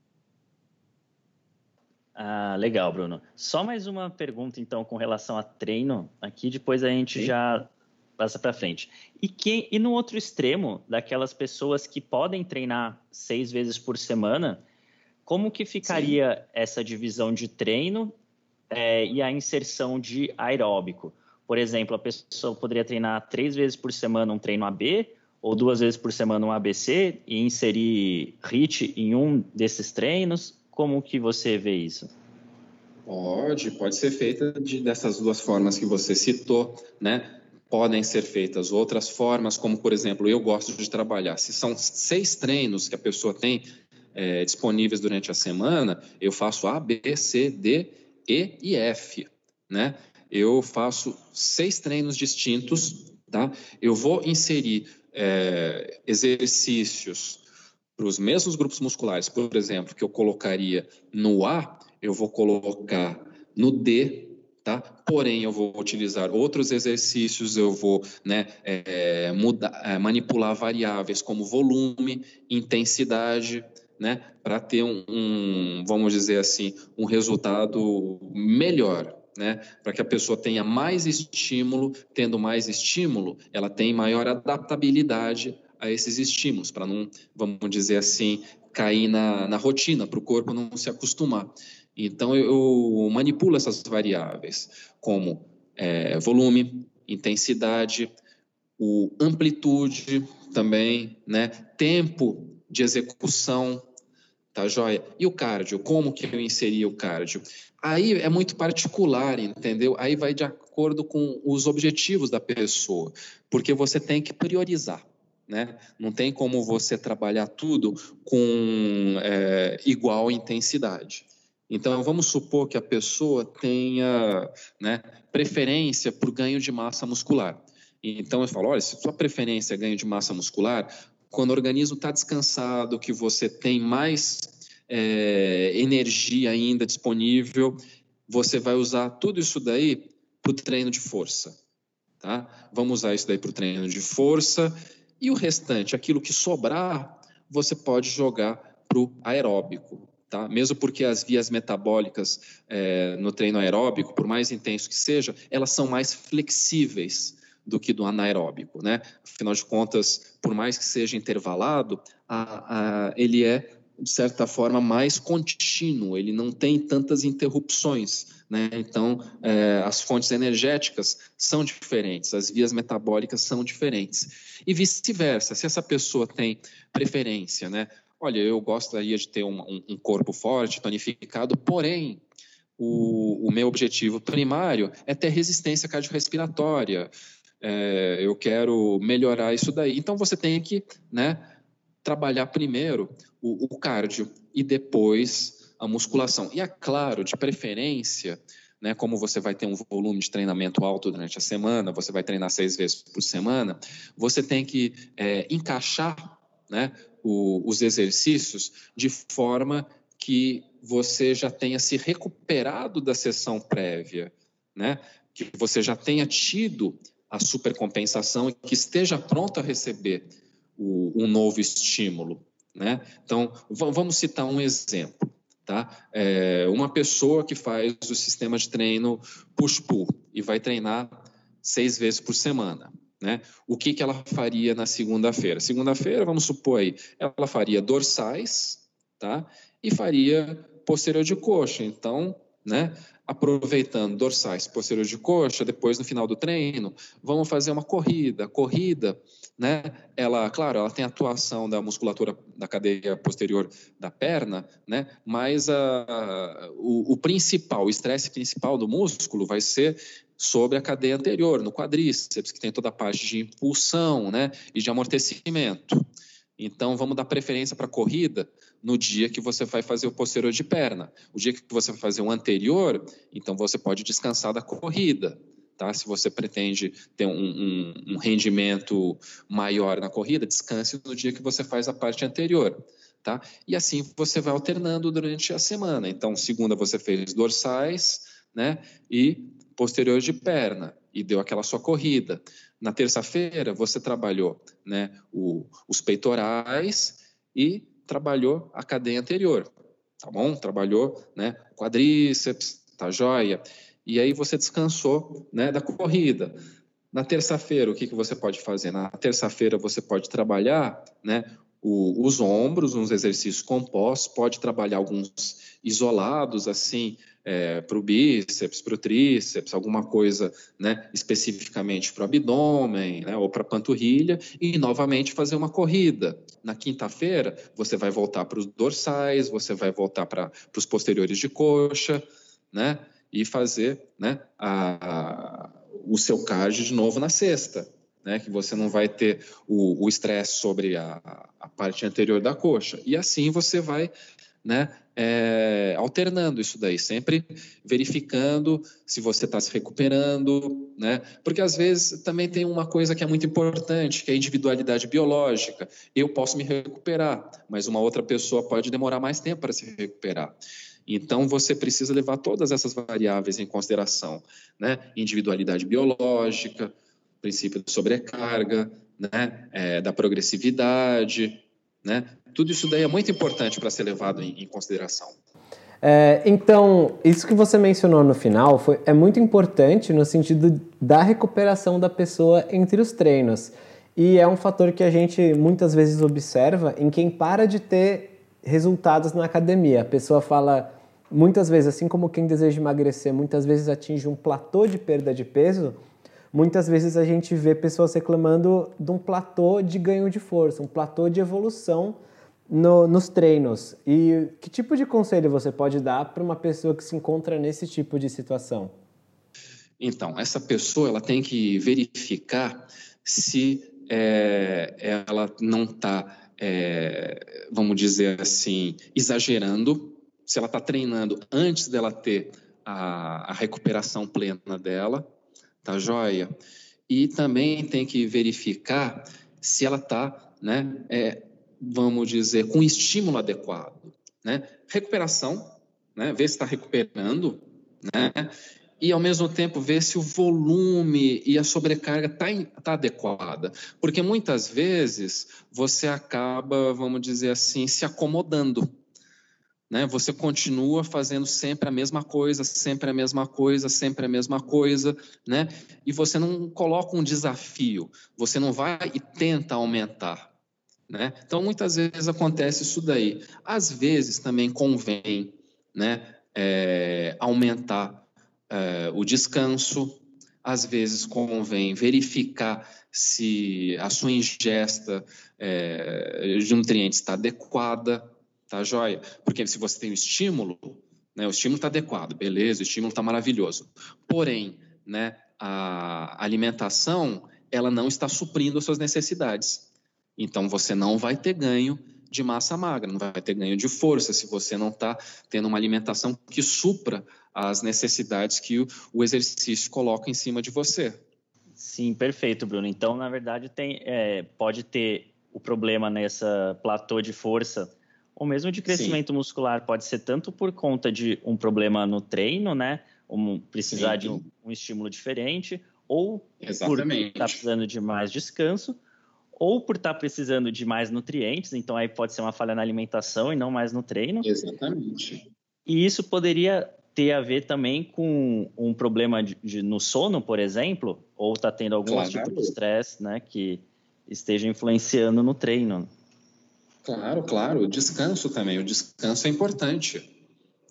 Ah, legal, Bruno. Só mais uma pergunta, então, com relação a treino aqui, depois a gente Sim. já passa para frente. E, quem, e no outro extremo, daquelas pessoas que podem treinar seis vezes por semana, como que ficaria Sim. essa divisão de treino é, e a inserção de aeróbico? Por exemplo, a pessoa poderia treinar três vezes por semana um treino A B ou duas vezes por semana um A B C e inserir H I I T em um desses treinos? Como que você vê isso? Pode, pode ser feita de, dessas duas formas que você citou, né? Podem ser feitas outras formas, como, por exemplo, eu gosto de trabalhar. Se são seis treinos que a pessoa tem é, disponíveis durante a semana, eu faço A, B, C, D, E e F, né? Eu faço seis treinos distintos, tá? Eu vou inserir é, exercícios para os mesmos grupos musculares, por exemplo, que eu colocaria no A, eu vou colocar no D, tá? Porém, eu vou utilizar outros exercícios, eu vou, né, é, mudar, é, manipular variáveis como volume, intensidade, né, para ter um, um, vamos dizer assim, um resultado melhor, né, para que a pessoa tenha mais estímulo. Tendo mais estímulo, ela tem maior adaptabilidade a esses estímulos, para não, vamos dizer assim, cair na, na rotina, para o corpo não se acostumar. Então, eu manipulo essas variáveis, como é, volume, intensidade, o amplitude também, né? Tempo de execução, tá joia? E o cardio, como que eu inseri o cardio? Aí é muito particular, entendeu? Aí vai de acordo com os objetivos da pessoa, porque você tem que priorizar, né? Não tem como você trabalhar tudo com é, igual intensidade. Então, vamos supor que a pessoa tenha, né, preferência por ganho de massa muscular. Então, eu falo, olha, se sua preferência é ganho de massa muscular, quando o organismo está descansado, que você tem mais é, energia ainda disponível, você vai usar tudo isso daí para o treino de força, tá? Vamos usar isso daí para o treino de força e o restante, aquilo que sobrar, você pode jogar para o aeróbico. Tá? Mesmo porque as vias metabólicas é, no treino aeróbico, por mais intenso que seja, elas são mais flexíveis do que do anaeróbico, né? Afinal de contas, por mais que seja intervalado, a, a, ele é, de certa forma, mais contínuo, ele não tem tantas interrupções, né? Então, é, as fontes energéticas são diferentes, as vias metabólicas são diferentes. E vice-versa, se essa pessoa tem preferência, né? Olha, eu gostaria de ter um, um corpo forte, tonificado, porém, o, o meu objetivo primário é ter resistência cardiorrespiratória. É, eu quero melhorar isso daí. Então, você tem que, né, trabalhar primeiro o, o cardio e depois a musculação. E, é claro, de preferência, né, como você vai ter um volume de treinamento alto durante a semana, você vai treinar seis vezes por semana, você tem que é, encaixar, né, o, os exercícios de forma que você já tenha se recuperado da sessão prévia, né? Que você já tenha tido a supercompensação e que esteja pronto a receber o, um novo estímulo, né? Então, vamos citar um exemplo, tá? É, uma pessoa que faz o sistema de treino push-pull e vai treinar seis vezes por semana, né? O que, que ela faria na segunda-feira? Segunda-feira, vamos supor aí, ela faria dorsais, tá? E faria posterior de coxa. Então, né, aproveitando dorsais, posterior de coxa, depois no final do treino, vamos fazer uma corrida. A corrida, né, ela, claro, ela tem atuação da musculatura da cadeia posterior da perna, né, mas a, a, o, o principal, o estresse principal do músculo vai ser sobre a cadeia anterior, no quadríceps, que tem toda a parte de impulsão, né, e de amortecimento. Então, vamos dar preferência para a corrida no dia que você vai fazer o posterior de perna. O dia que você vai fazer o anterior, então você pode descansar da corrida. Tá? Se você pretende ter um, um, um rendimento maior na corrida, descanse no dia que você faz a parte anterior. Tá? E assim você vai alternando durante a semana. Então, segunda você fez dorsais, né, e posterior de perna, e deu aquela sua corrida. Na terça-feira, você trabalhou, né, o, os peitorais e trabalhou a cadeia anterior, tá bom? Trabalhou, né, quadríceps, tá joia? E aí você descansou, né, da corrida. Na terça-feira, o que, que você pode fazer? Na terça-feira, você pode trabalhar, né, o, os ombros, uns exercícios compostos, pode trabalhar alguns isolados, assim, É, para o bíceps, para o tríceps, alguma coisa, né, especificamente para o abdômen, né, ou para a panturrilha, e novamente fazer uma corrida. Na quinta-feira, você vai voltar para os dorsais, você vai voltar para os posteriores de coxa, né, e fazer, né, a, a, o seu cardio de novo na sexta, né, que você não vai ter o estresse sobre a, a parte anterior da coxa. E assim você vai, né, é, alternando isso daí, sempre verificando se você está se recuperando, né? Porque às vezes também tem uma coisa que é muito importante, que é a individualidade biológica. Eu posso me recuperar, mas uma outra pessoa pode demorar mais tempo para se recuperar. Então, você precisa levar todas essas variáveis em consideração, né? Individualidade biológica, princípio de sobrecarga, né? É, da progressividade, né? Tudo isso daí é muito importante para ser levado em, em consideração. É, então, isso que você mencionou no final foi, é muito importante no sentido da recuperação da pessoa entre os treinos. E é um fator que a gente muitas vezes observa em quem para de ter resultados na academia. A pessoa fala, muitas vezes, assim como quem deseja emagrecer, muitas vezes atinge um platô de perda de peso, muitas vezes a gente vê pessoas reclamando de um platô de ganho de força, um platô de evolução no, nos treinos. E que tipo de conselho você pode dar para uma pessoa que se encontra nesse tipo de situação? Então, essa pessoa ela tem que verificar se é, ela não está, é, vamos dizer assim, exagerando, se ela está treinando antes dela ter a, a recuperação plena dela, tá joia? E também tem que verificar se ela está, né, é, vamos dizer, com estímulo adequado, né? Recuperação, né? Ver se está recuperando, né? E ao mesmo tempo ver se o volume e a sobrecarga está tá adequada, porque muitas vezes você acaba, vamos dizer assim, se acomodando. Né? Você continua fazendo sempre a mesma coisa, sempre a mesma coisa, sempre a mesma coisa, né? E você não coloca um desafio, você não vai e tenta aumentar, né? Então, muitas vezes acontece isso daí. Às vezes também convém, né, é, aumentar é, o descanso, às vezes convém verificar se a sua ingesta é, de nutrientes está adequada, tá joia? Porque se você tem o estímulo, né, o estímulo está adequado, beleza, o estímulo está maravilhoso. Porém, né, a alimentação, ela não está suprindo as suas necessidades. Então, você não vai ter ganho de massa magra, não vai ter ganho de força se você não está tendo uma alimentação que supra as necessidades que o, o exercício coloca em cima de você. Sim, perfeito, Bruno. Então, na verdade, tem, é, pode ter o problema nessa platô de força ou mesmo de crescimento Sim. muscular, pode ser tanto por conta de um problema no treino, né? Um, precisar Sim. de um, um estímulo diferente, ou Exatamente. por estar precisando de mais descanso, ou por estar precisando de mais nutrientes, então aí pode ser uma falha na alimentação e não mais no treino. Exatamente. E isso poderia ter a ver também com um problema de, de, no sono, por exemplo, ou está tendo algum claro. tipo de estresse, né, que esteja influenciando no treino. Claro, claro. O descanso também. O descanso é importante,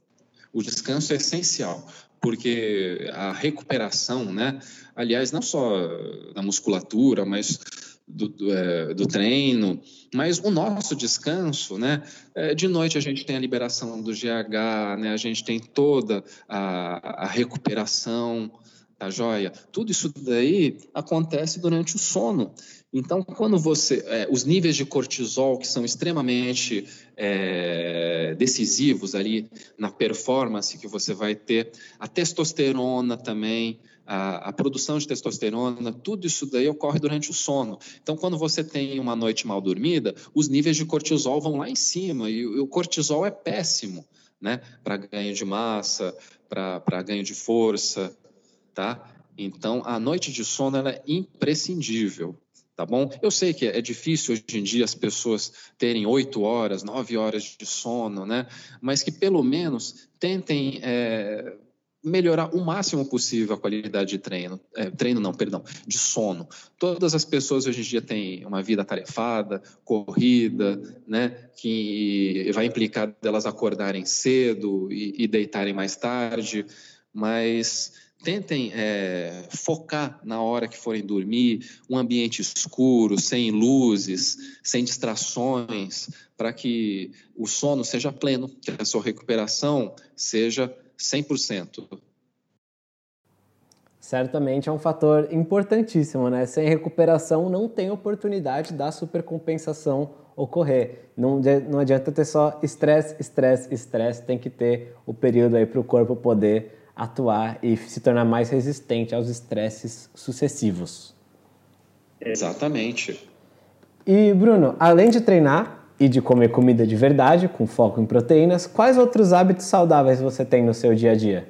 O descanso é essencial, porque a recuperação, né? Aliás, não só da musculatura, mas do, do, é, do treino, mas o nosso descanso, né? É, de noite a gente tem a liberação do G H, né? A gente tem toda a, a recuperação, tá joia? Tudo isso daí acontece durante o sono. Então, quando você... É, os níveis de cortisol, que são extremamente é, decisivos ali na performance que você vai ter, a testosterona também, a, a produção de testosterona, tudo isso daí ocorre durante o sono. Então, quando você tem uma noite mal dormida, os níveis de cortisol vão lá em cima, e o, o cortisol é péssimo, né? Para ganho de massa, para ganho de força, tá? Então, a noite de sono ela é imprescindível. Tá bom? Eu sei que é difícil hoje em dia as pessoas terem oito horas, nove horas de sono, né? Mas que pelo menos tentem é, melhorar o máximo possível a qualidade de treino. É, treino não, perdão, de sono. Todas as pessoas hoje em dia têm uma vida atarefada, corrida, né? Que vai implicar delas acordarem cedo e, e deitarem mais tarde, mas... Tentem é, focar na hora que forem dormir, um ambiente escuro, sem luzes, sem distrações, para que o sono seja pleno, que a sua recuperação seja cem por cento. Certamente é um fator importantíssimo, né? Sem recuperação não tem oportunidade da supercompensação ocorrer. Não, não adianta ter só estresse, estresse, estresse, tem que ter o período aí para o corpo poder atuar e se tornar mais resistente aos estresses sucessivos. Exatamente. E, Bruno, além de treinar e de comer comida de verdade, com foco em proteínas, quais outros hábitos saudáveis você tem no seu dia a dia?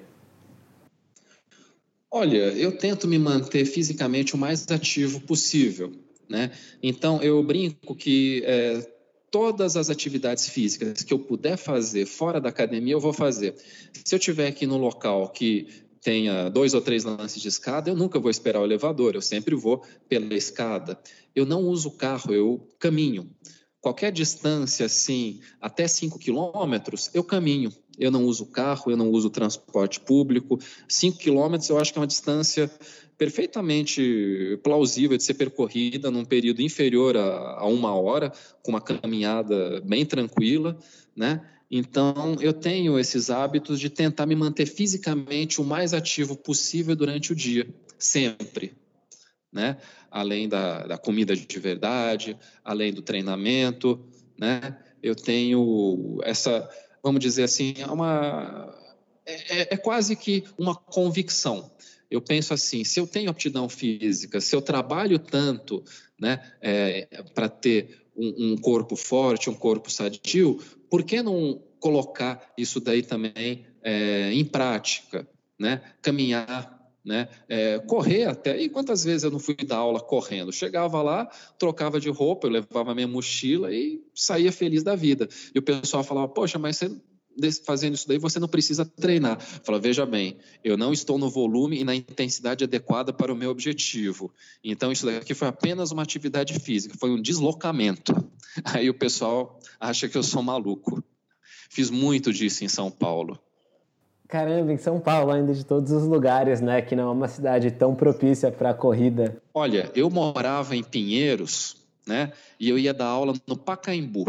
Olha, eu tento me manter fisicamente o mais ativo possível, né? Então, eu brinco que... É, todas as atividades físicas que eu puder fazer fora da academia, eu vou fazer. Se eu estiver aqui num local que tenha dois ou três lances de escada, eu nunca vou esperar o elevador, eu sempre vou pela escada. Eu não uso carro, eu caminho. Qualquer distância, assim, até cinco quilômetros, eu caminho. Eu não uso carro, eu não uso transporte público. cinco quilômetros eu acho que é uma distância perfeitamente plausível de ser percorrida num período inferior a, a uma hora, com uma caminhada bem tranquila, né? Então, eu tenho esses hábitos de tentar me manter fisicamente o mais ativo possível durante o dia, sempre, né? Além da, da comida de verdade, além do treinamento, né? Eu tenho essa, vamos dizer assim, uma, é, é quase que uma convicção. Eu penso assim, se eu tenho aptidão física, se eu trabalho tanto, né, é, para ter um, um corpo forte, um corpo sadio, por que não colocar isso daí também é, em prática, né? Caminhar, né? É, correr até. E quantas vezes eu não fui dar aula correndo? Chegava lá, trocava de roupa, eu levava minha mochila e saía feliz da vida. E o pessoal falava, poxa, mas você... fazendo isso daí, você não precisa treinar. Fala, veja bem, eu não estou no volume e na intensidade adequada para o meu objetivo. Então, isso daqui foi apenas uma atividade física, foi um deslocamento. Aí o pessoal acha que eu sou maluco. Fiz muito disso em São Paulo. Caramba, em São Paulo ainda, de todos os lugares, né? Que não é uma cidade tão propícia para a corrida. Olha, eu morava em Pinheiros, né? E eu ia dar aula no Pacaembu.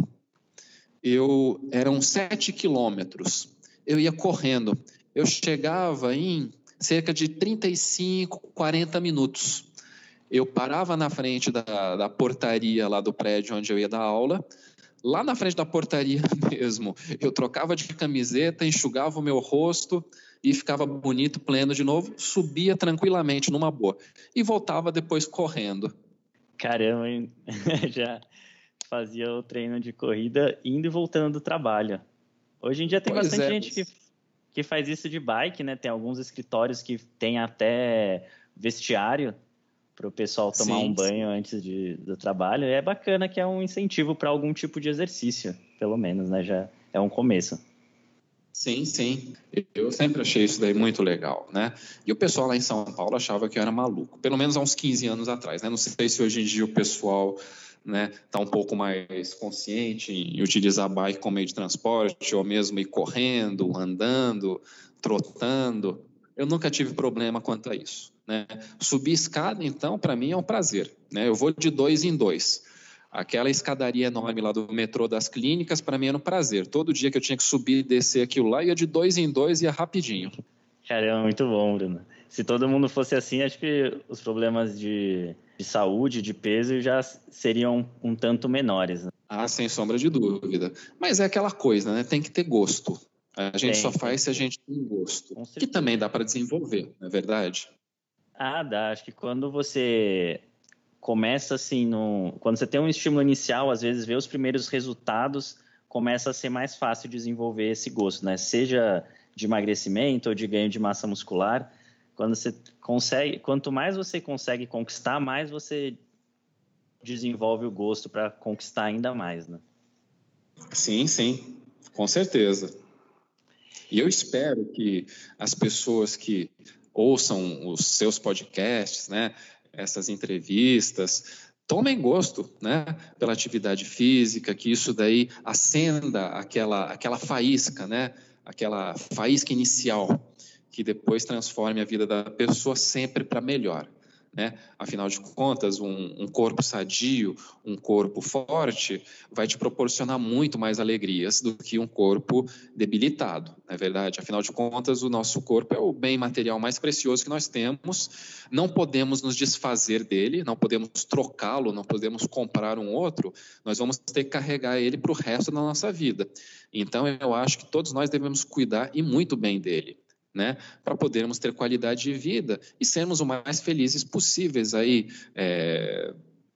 Eu, eram sete quilômetros, eu ia correndo, eu chegava em cerca de trinta e cinco, quarenta minutos. Eu parava na frente da, da portaria lá do prédio onde eu ia dar aula, lá na frente da portaria mesmo, eu trocava de camiseta, enxugava o meu rosto e ficava bonito, pleno de novo, subia tranquilamente numa boa e voltava depois correndo. Caramba, hein? Já... fazia o treino de corrida indo e voltando do trabalho. Hoje em dia tem pois bastante é. gente que, que faz isso de bike, né? Tem alguns escritórios que tem até vestiário para o pessoal tomar sim, um banho sim. antes de, do trabalho. E é bacana que é um incentivo para algum tipo de exercício, pelo menos, né? Já é um começo. Sim, sim. Eu sempre achei isso daí muito legal, né? E o pessoal lá em São Paulo achava que eu era maluco, pelo menos há uns quinze anos atrás, né? Não sei se hoje em dia o pessoal né, tá um pouco mais consciente em utilizar a bike como meio de transporte, ou mesmo ir correndo, andando, trotando, eu nunca tive problema quanto a isso, né? Subir escada, então, para mim é um prazer, né? Eu vou de dois em dois. Aquela escadaria enorme lá do metrô das clínicas, para mim era um prazer. Todo dia que eu tinha que subir e descer aquilo lá, ia de dois em dois, ia rapidinho. Caramba, muito bom, Bruno. Se todo mundo fosse assim, acho que os problemas de, de saúde, de peso, já seriam um tanto menores, né? Ah, sem sombra de dúvida. Mas é aquela coisa, né? Tem que ter gosto. A gente tem, só faz se a gente tem gosto. Que também dá para desenvolver, não é verdade? Ah, dá. Acho que quando você começa assim, no... quando você tem um estímulo inicial, às vezes vê os primeiros resultados, começa a ser mais fácil desenvolver esse gosto, né? Seja de emagrecimento ou de ganho de massa muscular. Quando você consegue, quanto mais você consegue conquistar, mais você desenvolve o gosto para conquistar ainda mais, né? Sim, sim, com certeza. E eu espero que as pessoas que ouçam os seus podcasts, né, essas entrevistas, tomem gosto, né, pela atividade física, que isso daí acenda aquela, aquela faísca, né, aquela faísca inicial, que depois transforme a vida da pessoa sempre para melhor. Né? Afinal de contas, um, um corpo sadio, um corpo forte, vai te proporcionar muito mais alegrias do que um corpo debilitado, não é verdade? Afinal de contas, o nosso corpo é o bem material mais precioso que nós temos, não podemos nos desfazer dele, não podemos trocá-lo, não podemos comprar um outro, nós vamos ter que carregar ele para o resto da nossa vida. Então, eu acho que todos nós devemos cuidar e muito bem dele. Né, para podermos ter qualidade de vida e sermos o mais felizes possíveis aí, é,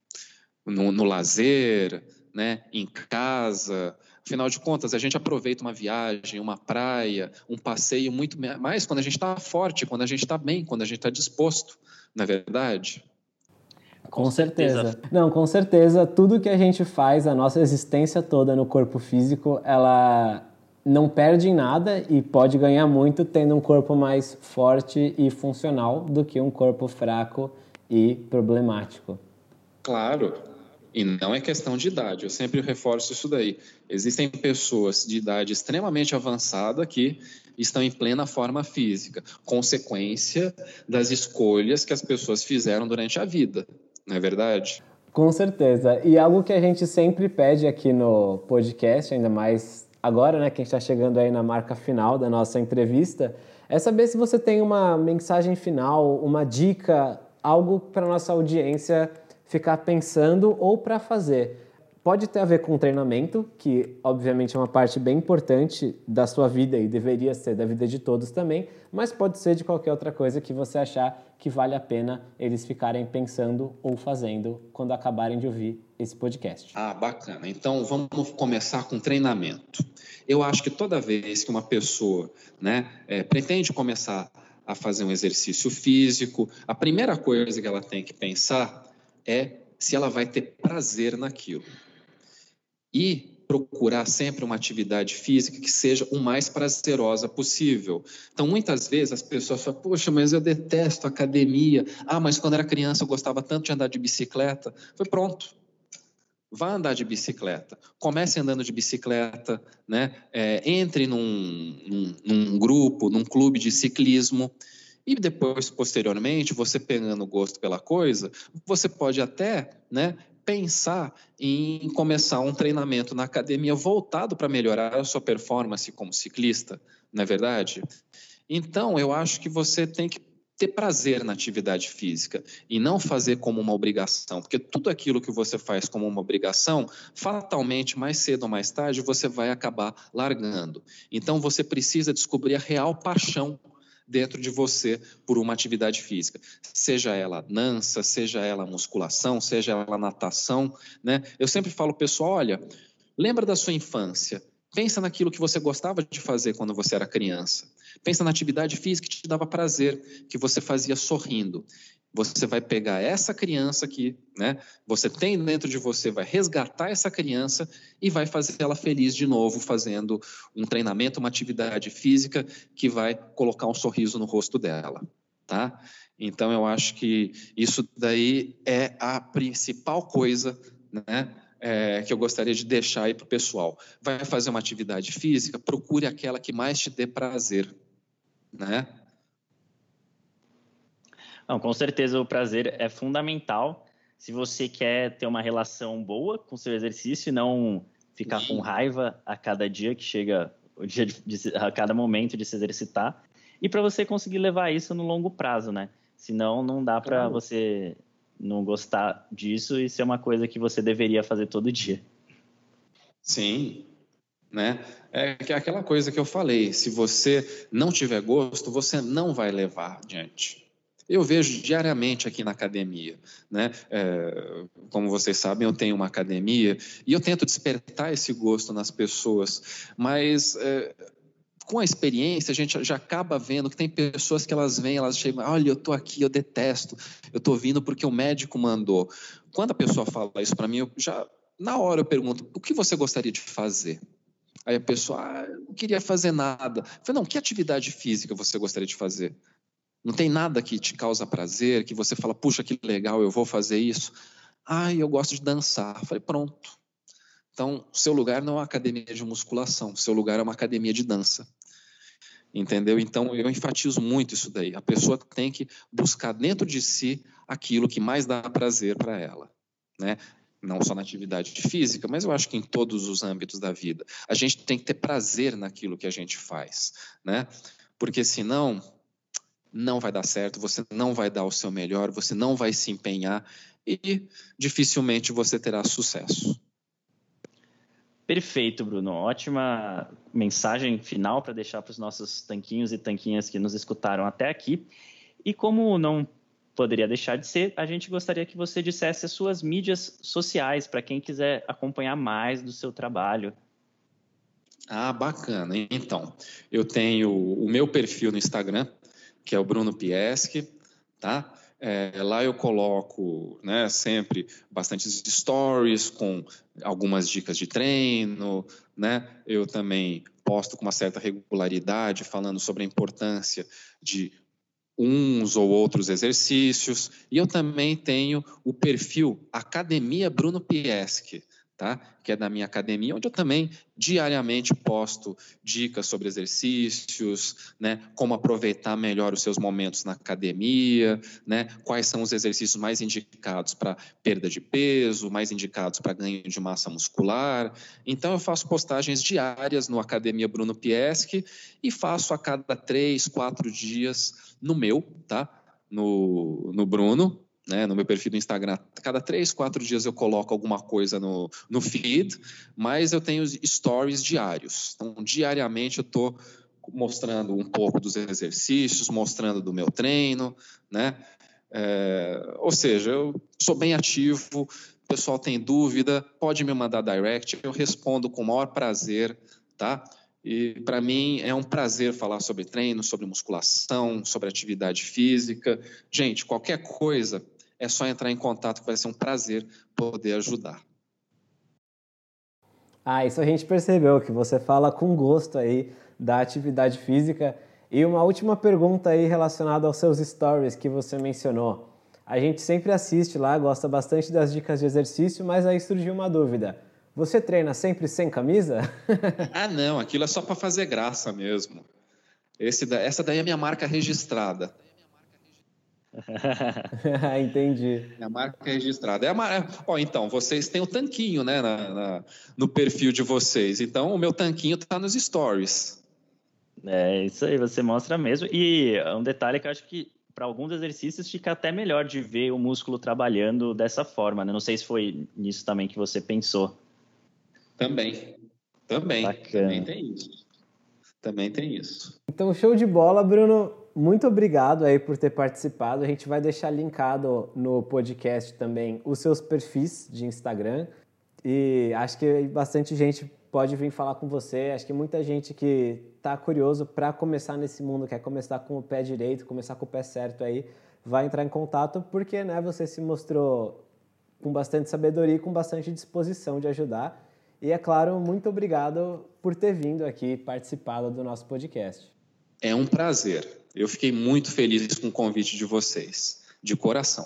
no, no lazer, né, em casa. Afinal de contas, a gente aproveita uma viagem, uma praia, um passeio muito mais quando a gente está forte, quando a gente está bem, quando a gente está disposto, não é verdade? Com certeza. Não, com certeza, tudo que a gente faz, a nossa existência toda no corpo físico, ela não perde em nada e pode ganhar muito tendo um corpo mais forte e funcional do que um corpo fraco e problemático. Claro, e não é questão de idade, eu sempre reforço isso daí. Existem pessoas de idade extremamente avançada que estão em plena forma física, consequência das escolhas que as pessoas fizeram durante a vida, não é verdade? Com certeza, e algo que a gente sempre pede aqui no podcast, ainda mais agora, né, que a gente está chegando aí na marca final da nossa entrevista, é saber se você tem uma mensagem final, uma dica, algo para a nossa audiência ficar pensando ou para fazer. Pode ter a ver com treinamento, que obviamente é uma parte bem importante da sua vida e deveria ser da vida de todos também, mas pode ser de qualquer outra coisa que você achar que vale a pena eles ficarem pensando ou fazendo quando acabarem de ouvir esse podcast. Ah, bacana. Então vamos começar com treinamento. Eu acho que toda vez que uma pessoa, né, é, pretende começar a fazer um exercício físico, a primeira coisa que ela tem que pensar é se ela vai ter prazer naquilo. E procurar sempre uma atividade física que seja o mais prazerosa possível. Então, muitas vezes as pessoas falam, poxa, mas eu detesto academia. Ah, mas quando era criança eu gostava tanto de andar de bicicleta. Foi pronto. Vá andar de bicicleta. Comece andando de bicicleta, né? É, entre num, num, num grupo, num clube de ciclismo. E depois, posteriormente, você pegando o gosto pela coisa, você pode até, né, pensar em começar um treinamento na academia voltado para melhorar a sua performance como ciclista, não é verdade? Então, eu acho que você tem que ter prazer na atividade física e não fazer como uma obrigação, porque tudo aquilo que você faz como uma obrigação, fatalmente, mais cedo ou mais tarde, você vai acabar largando. Então, você precisa descobrir a real paixão dentro de você por uma atividade física, seja ela dança, seja ela musculação, seja ela natação, né? Eu sempre falo, pessoal, olha, lembra da sua infância, pensa naquilo que você gostava de fazer quando você era criança, pensa na atividade física que te dava prazer, que você fazia sorrindo. Você vai pegar essa criança que, né, você tem dentro de você, vai resgatar essa criança e vai fazer ela feliz de novo, fazendo um treinamento, uma atividade física que vai colocar um sorriso no rosto dela, tá? Então, eu acho que isso daí é a principal coisa né, é, que eu gostaria de deixar aí para o pessoal. Vai fazer uma atividade física, procure aquela que mais te dê prazer, né? Não, com certeza o prazer é fundamental se você quer ter uma relação boa com o seu exercício e não ficar Sim. com raiva a cada dia que chega o dia de, de, a cada momento de se exercitar, e para você conseguir levar isso no longo prazo, né? Senão não dá para claro. você não gostar disso e ser uma coisa que você deveria fazer todo dia. Sim, né? É aquela coisa que eu falei, se você não tiver gosto, você não vai levar adiante. Eu vejo diariamente aqui na academia, né? É, como vocês sabem, eu tenho uma academia e eu tento despertar esse gosto nas pessoas, mas é, com a experiência a gente já acaba vendo que tem pessoas que elas vêm, elas chegam, olha, eu tô aqui, eu detesto, eu tô vindo porque o médico mandou. Quando a pessoa fala isso para mim, eu já na hora eu pergunto, o que você gostaria de fazer? Aí a pessoa, ah, eu não queria fazer nada. Eu falei, não, que atividade física você gostaria de fazer? Não tem nada que te causa prazer, que você fala, puxa, que legal, eu vou fazer isso. Ah, eu gosto de dançar. Eu falei, pronto. Então, seu lugar não é uma academia de musculação, seu lugar é uma academia de dança. Entendeu? Então, eu enfatizo muito isso daí. A pessoa tem que buscar dentro de si aquilo que mais dá prazer para ela, né? Não só na atividade física, mas eu acho que em todos os âmbitos da vida. A gente tem que ter prazer naquilo que a gente faz, né? Porque senão não vai dar certo, você não vai dar o seu melhor, você não vai se empenhar e dificilmente você terá sucesso. Perfeito, Bruno. Ótima mensagem final para deixar para os nossos tanquinhos e tanquinhas que nos escutaram até aqui. E como não poderia deixar de ser, a gente gostaria que você dissesse as suas mídias sociais para quem quiser acompanhar mais do seu trabalho. Ah, bacana. Então, eu tenho o meu perfil no Instagram, que é o Bruno Pieschi, tá? É, lá eu coloco, né, sempre bastantes stories com algumas dicas de treino, né? Eu também posto com uma certa regularidade falando sobre a importância de uns ou outros exercícios. E eu também tenho o perfil Academia Bruno Pieschi, tá? Que é da minha academia, onde eu também diariamente posto dicas sobre exercícios, né? Como aproveitar melhor os seus momentos na academia, né? Quais são os exercícios mais indicados para perda de peso, mais indicados para ganho de massa muscular. Então, eu faço postagens diárias no Academia Bruno Pieschi e faço a cada três, quatro dias no meu, tá? No, no Bruno, né, no meu perfil do Instagram, cada três, quatro dias eu coloco alguma coisa no, no feed, mas eu tenho stories diários. Então, diariamente eu estou mostrando um pouco dos exercícios, mostrando do meu treino, né? É, ou seja, eu sou bem ativo, o pessoal tem dúvida, pode me mandar direct, eu respondo com o maior prazer, tá? E para mim é um prazer falar sobre treino, sobre musculação, sobre atividade física. Gente, qualquer coisa é só entrar em contato que vai ser um prazer poder ajudar. Ah, isso a gente percebeu, que você fala com gosto aí da atividade física. E uma última pergunta aí relacionada aos seus stories que você mencionou. A gente sempre assiste lá, gosta bastante das dicas de exercício, mas aí surgiu uma dúvida. Você treina sempre sem camisa? Ah, não, aquilo é só para fazer graça mesmo. Esse, essa daí é a minha marca registrada. Entendi. É a marca registrada. É a mar... Ó, então, vocês têm o tanquinho, né, na, na, no perfil de vocês. Então, o meu tanquinho está nos stories. É isso aí, você mostra mesmo. E um detalhe que eu acho que para alguns exercícios fica até melhor de ver o músculo trabalhando dessa forma, né? Não sei se foi nisso também que você pensou. Também, também, Bacana. também tem isso. Também tem isso. Então, show de bola, Bruno. Muito obrigado aí por ter participado. A gente vai deixar linkado no podcast também os seus perfis de Instagram. E acho que bastante gente pode vir falar com você. Acho que muita gente que está curioso para começar nesse mundo, quer começar com o pé direito, começar com o pé certo aí, vai entrar em contato porque, né, você se mostrou com bastante sabedoria e com bastante disposição de ajudar. E, é claro, muito obrigado por ter vindo aqui participado do nosso podcast. É um prazer. Eu fiquei muito feliz com o convite de vocês, de coração.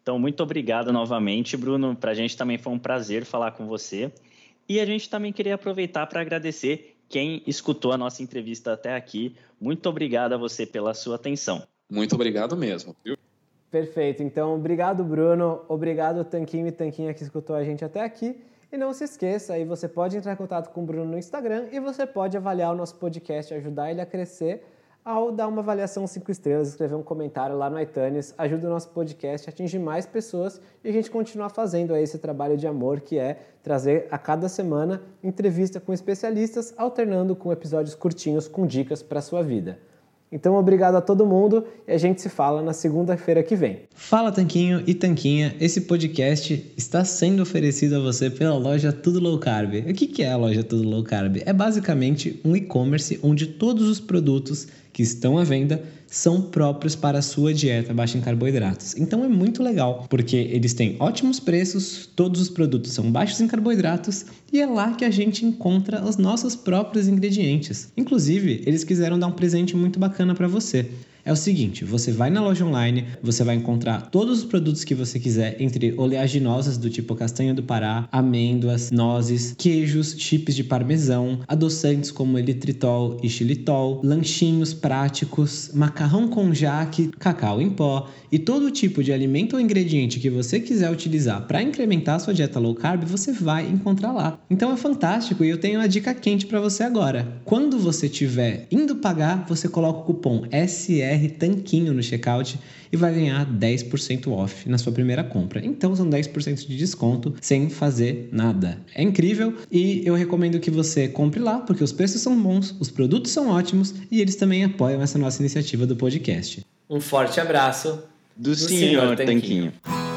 Então, muito obrigado novamente, Bruno. Para a gente também foi um prazer falar com você. E a gente também queria aproveitar para agradecer quem escutou a nossa entrevista até aqui. Muito obrigado a você pela sua atenção. Muito obrigado mesmo. Viu? Perfeito. Então, obrigado, Bruno. Obrigado, Tanquinho e Tanquinha, que escutou a gente até aqui. E não se esqueça, aí você pode entrar em contato com o Bruno no Instagram e você pode avaliar o nosso podcast, ajudar ele a crescer ao dar uma avaliação cinco estrelas, escrever um comentário lá no iTunes. Ajuda o nosso podcast a atingir mais pessoas e a gente continuar fazendo aí esse trabalho de amor, que é trazer a cada semana entrevista com especialistas, alternando com episódios curtinhos com dicas para a sua vida. Então, obrigado a todo mundo e a gente se fala na segunda-feira que vem. Fala, Tanquinho e Tanquinha. Esse podcast está sendo oferecido a você pela loja Tudo Low Carb. O que é a loja Tudo Low Carb? É basicamente um e-commerce onde todos os produtos que estão à venda são próprios para a sua dieta baixa em carboidratos. Então é muito legal, porque eles têm ótimos preços, todos os produtos são baixos em carboidratos e é lá que a gente encontra os nossos próprios ingredientes. Inclusive, eles quiseram dar um presente muito bacana para você. É o seguinte, você vai na loja online, você vai encontrar todos os produtos que você quiser, entre oleaginosas do tipo castanha do Pará, amêndoas, nozes, queijos, chips de parmesão, adoçantes como eritritol e xilitol, lanchinhos práticos, macarrão com jaque, cacau em pó e todo tipo de alimento ou ingrediente que você quiser utilizar para incrementar a sua dieta low carb, você vai encontrar lá. Então é fantástico e eu tenho uma dica quente para você agora. Quando você estiver indo pagar, você coloca o cupom S R Tanquinho no checkout e vai ganhar dez por cento off na sua primeira compra. Então são dez por cento de desconto sem fazer nada. É incrível e eu recomendo que você compre lá porque os preços são bons, os produtos são ótimos e eles também apoiam essa nossa iniciativa do podcast. Um forte abraço do, do senhor Tanquinho. Tanquinho.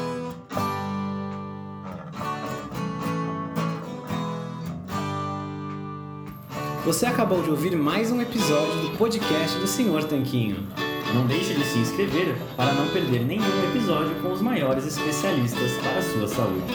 Você acabou de ouvir mais um episódio do podcast do senhor Tanquinho. Não deixe de se inscrever para não perder nenhum episódio com os maiores especialistas para a sua saúde.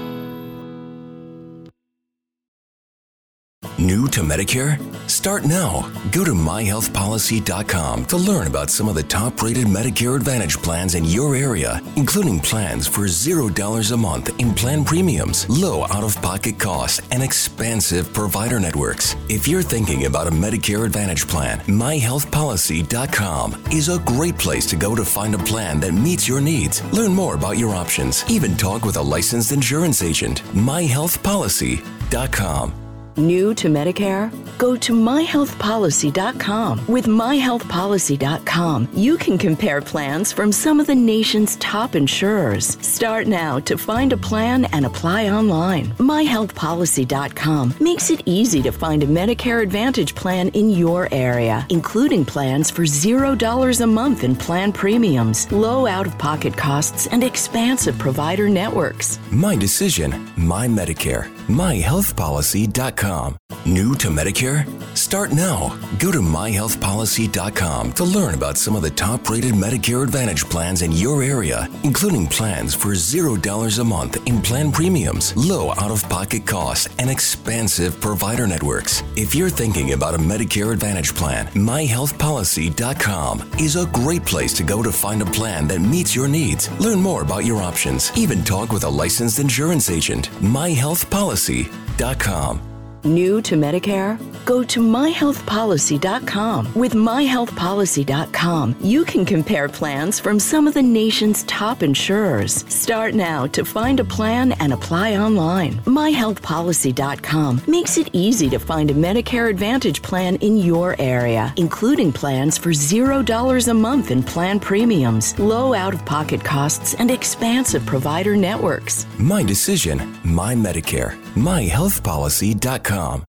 New to Medicare? Start now. Go to my health policy dot com to learn about some of the top-rated Medicare Advantage plans in your area, including plans for zero dollars a month in plan premiums, low out-of-pocket costs, and expansive provider networks. If you're thinking about a Medicare Advantage plan, my health policy dot com is a great place to go to find a plan that meets your needs. Learn more about your options, even talk with a licensed insurance agent. my health policy dot com. New to Medicare? Go to my health policy dot com. With my health policy dot com, you can compare plans from some of the nation's top insurers. Start now to find a plan and apply online. my health policy dot com makes it easy to find a Medicare Advantage plan in your area, including plans for zero dollars a month in plan premiums, low out-of-pocket costs, and expansive provider networks. My decision, my Medicare. my health policy dot com. New to Medicare? Start now. Go to my health policy dot com to learn about some of the top-rated Medicare Advantage plans in your area, including plans for zero dollars a month in plan premiums, low out-of-pocket costs, and expansive provider networks. If you're thinking about a Medicare Advantage plan, my health policy dot com is a great place to go to find a plan that meets your needs. Learn more about your options, even talk with a licensed insurance agent. my health policy dot com. New to Medicare? Go to my health policy dot com. With my health policy dot com, you can compare plans from some of the nation's top insurers. Start now to find a plan and apply online. my health policy dot com makes it easy to find a Medicare Advantage plan in your area, including plans for zero dollars a month in plan premiums, low out-of-pocket costs, and expansive provider networks. My decision, my Medicare. my health policy dot com.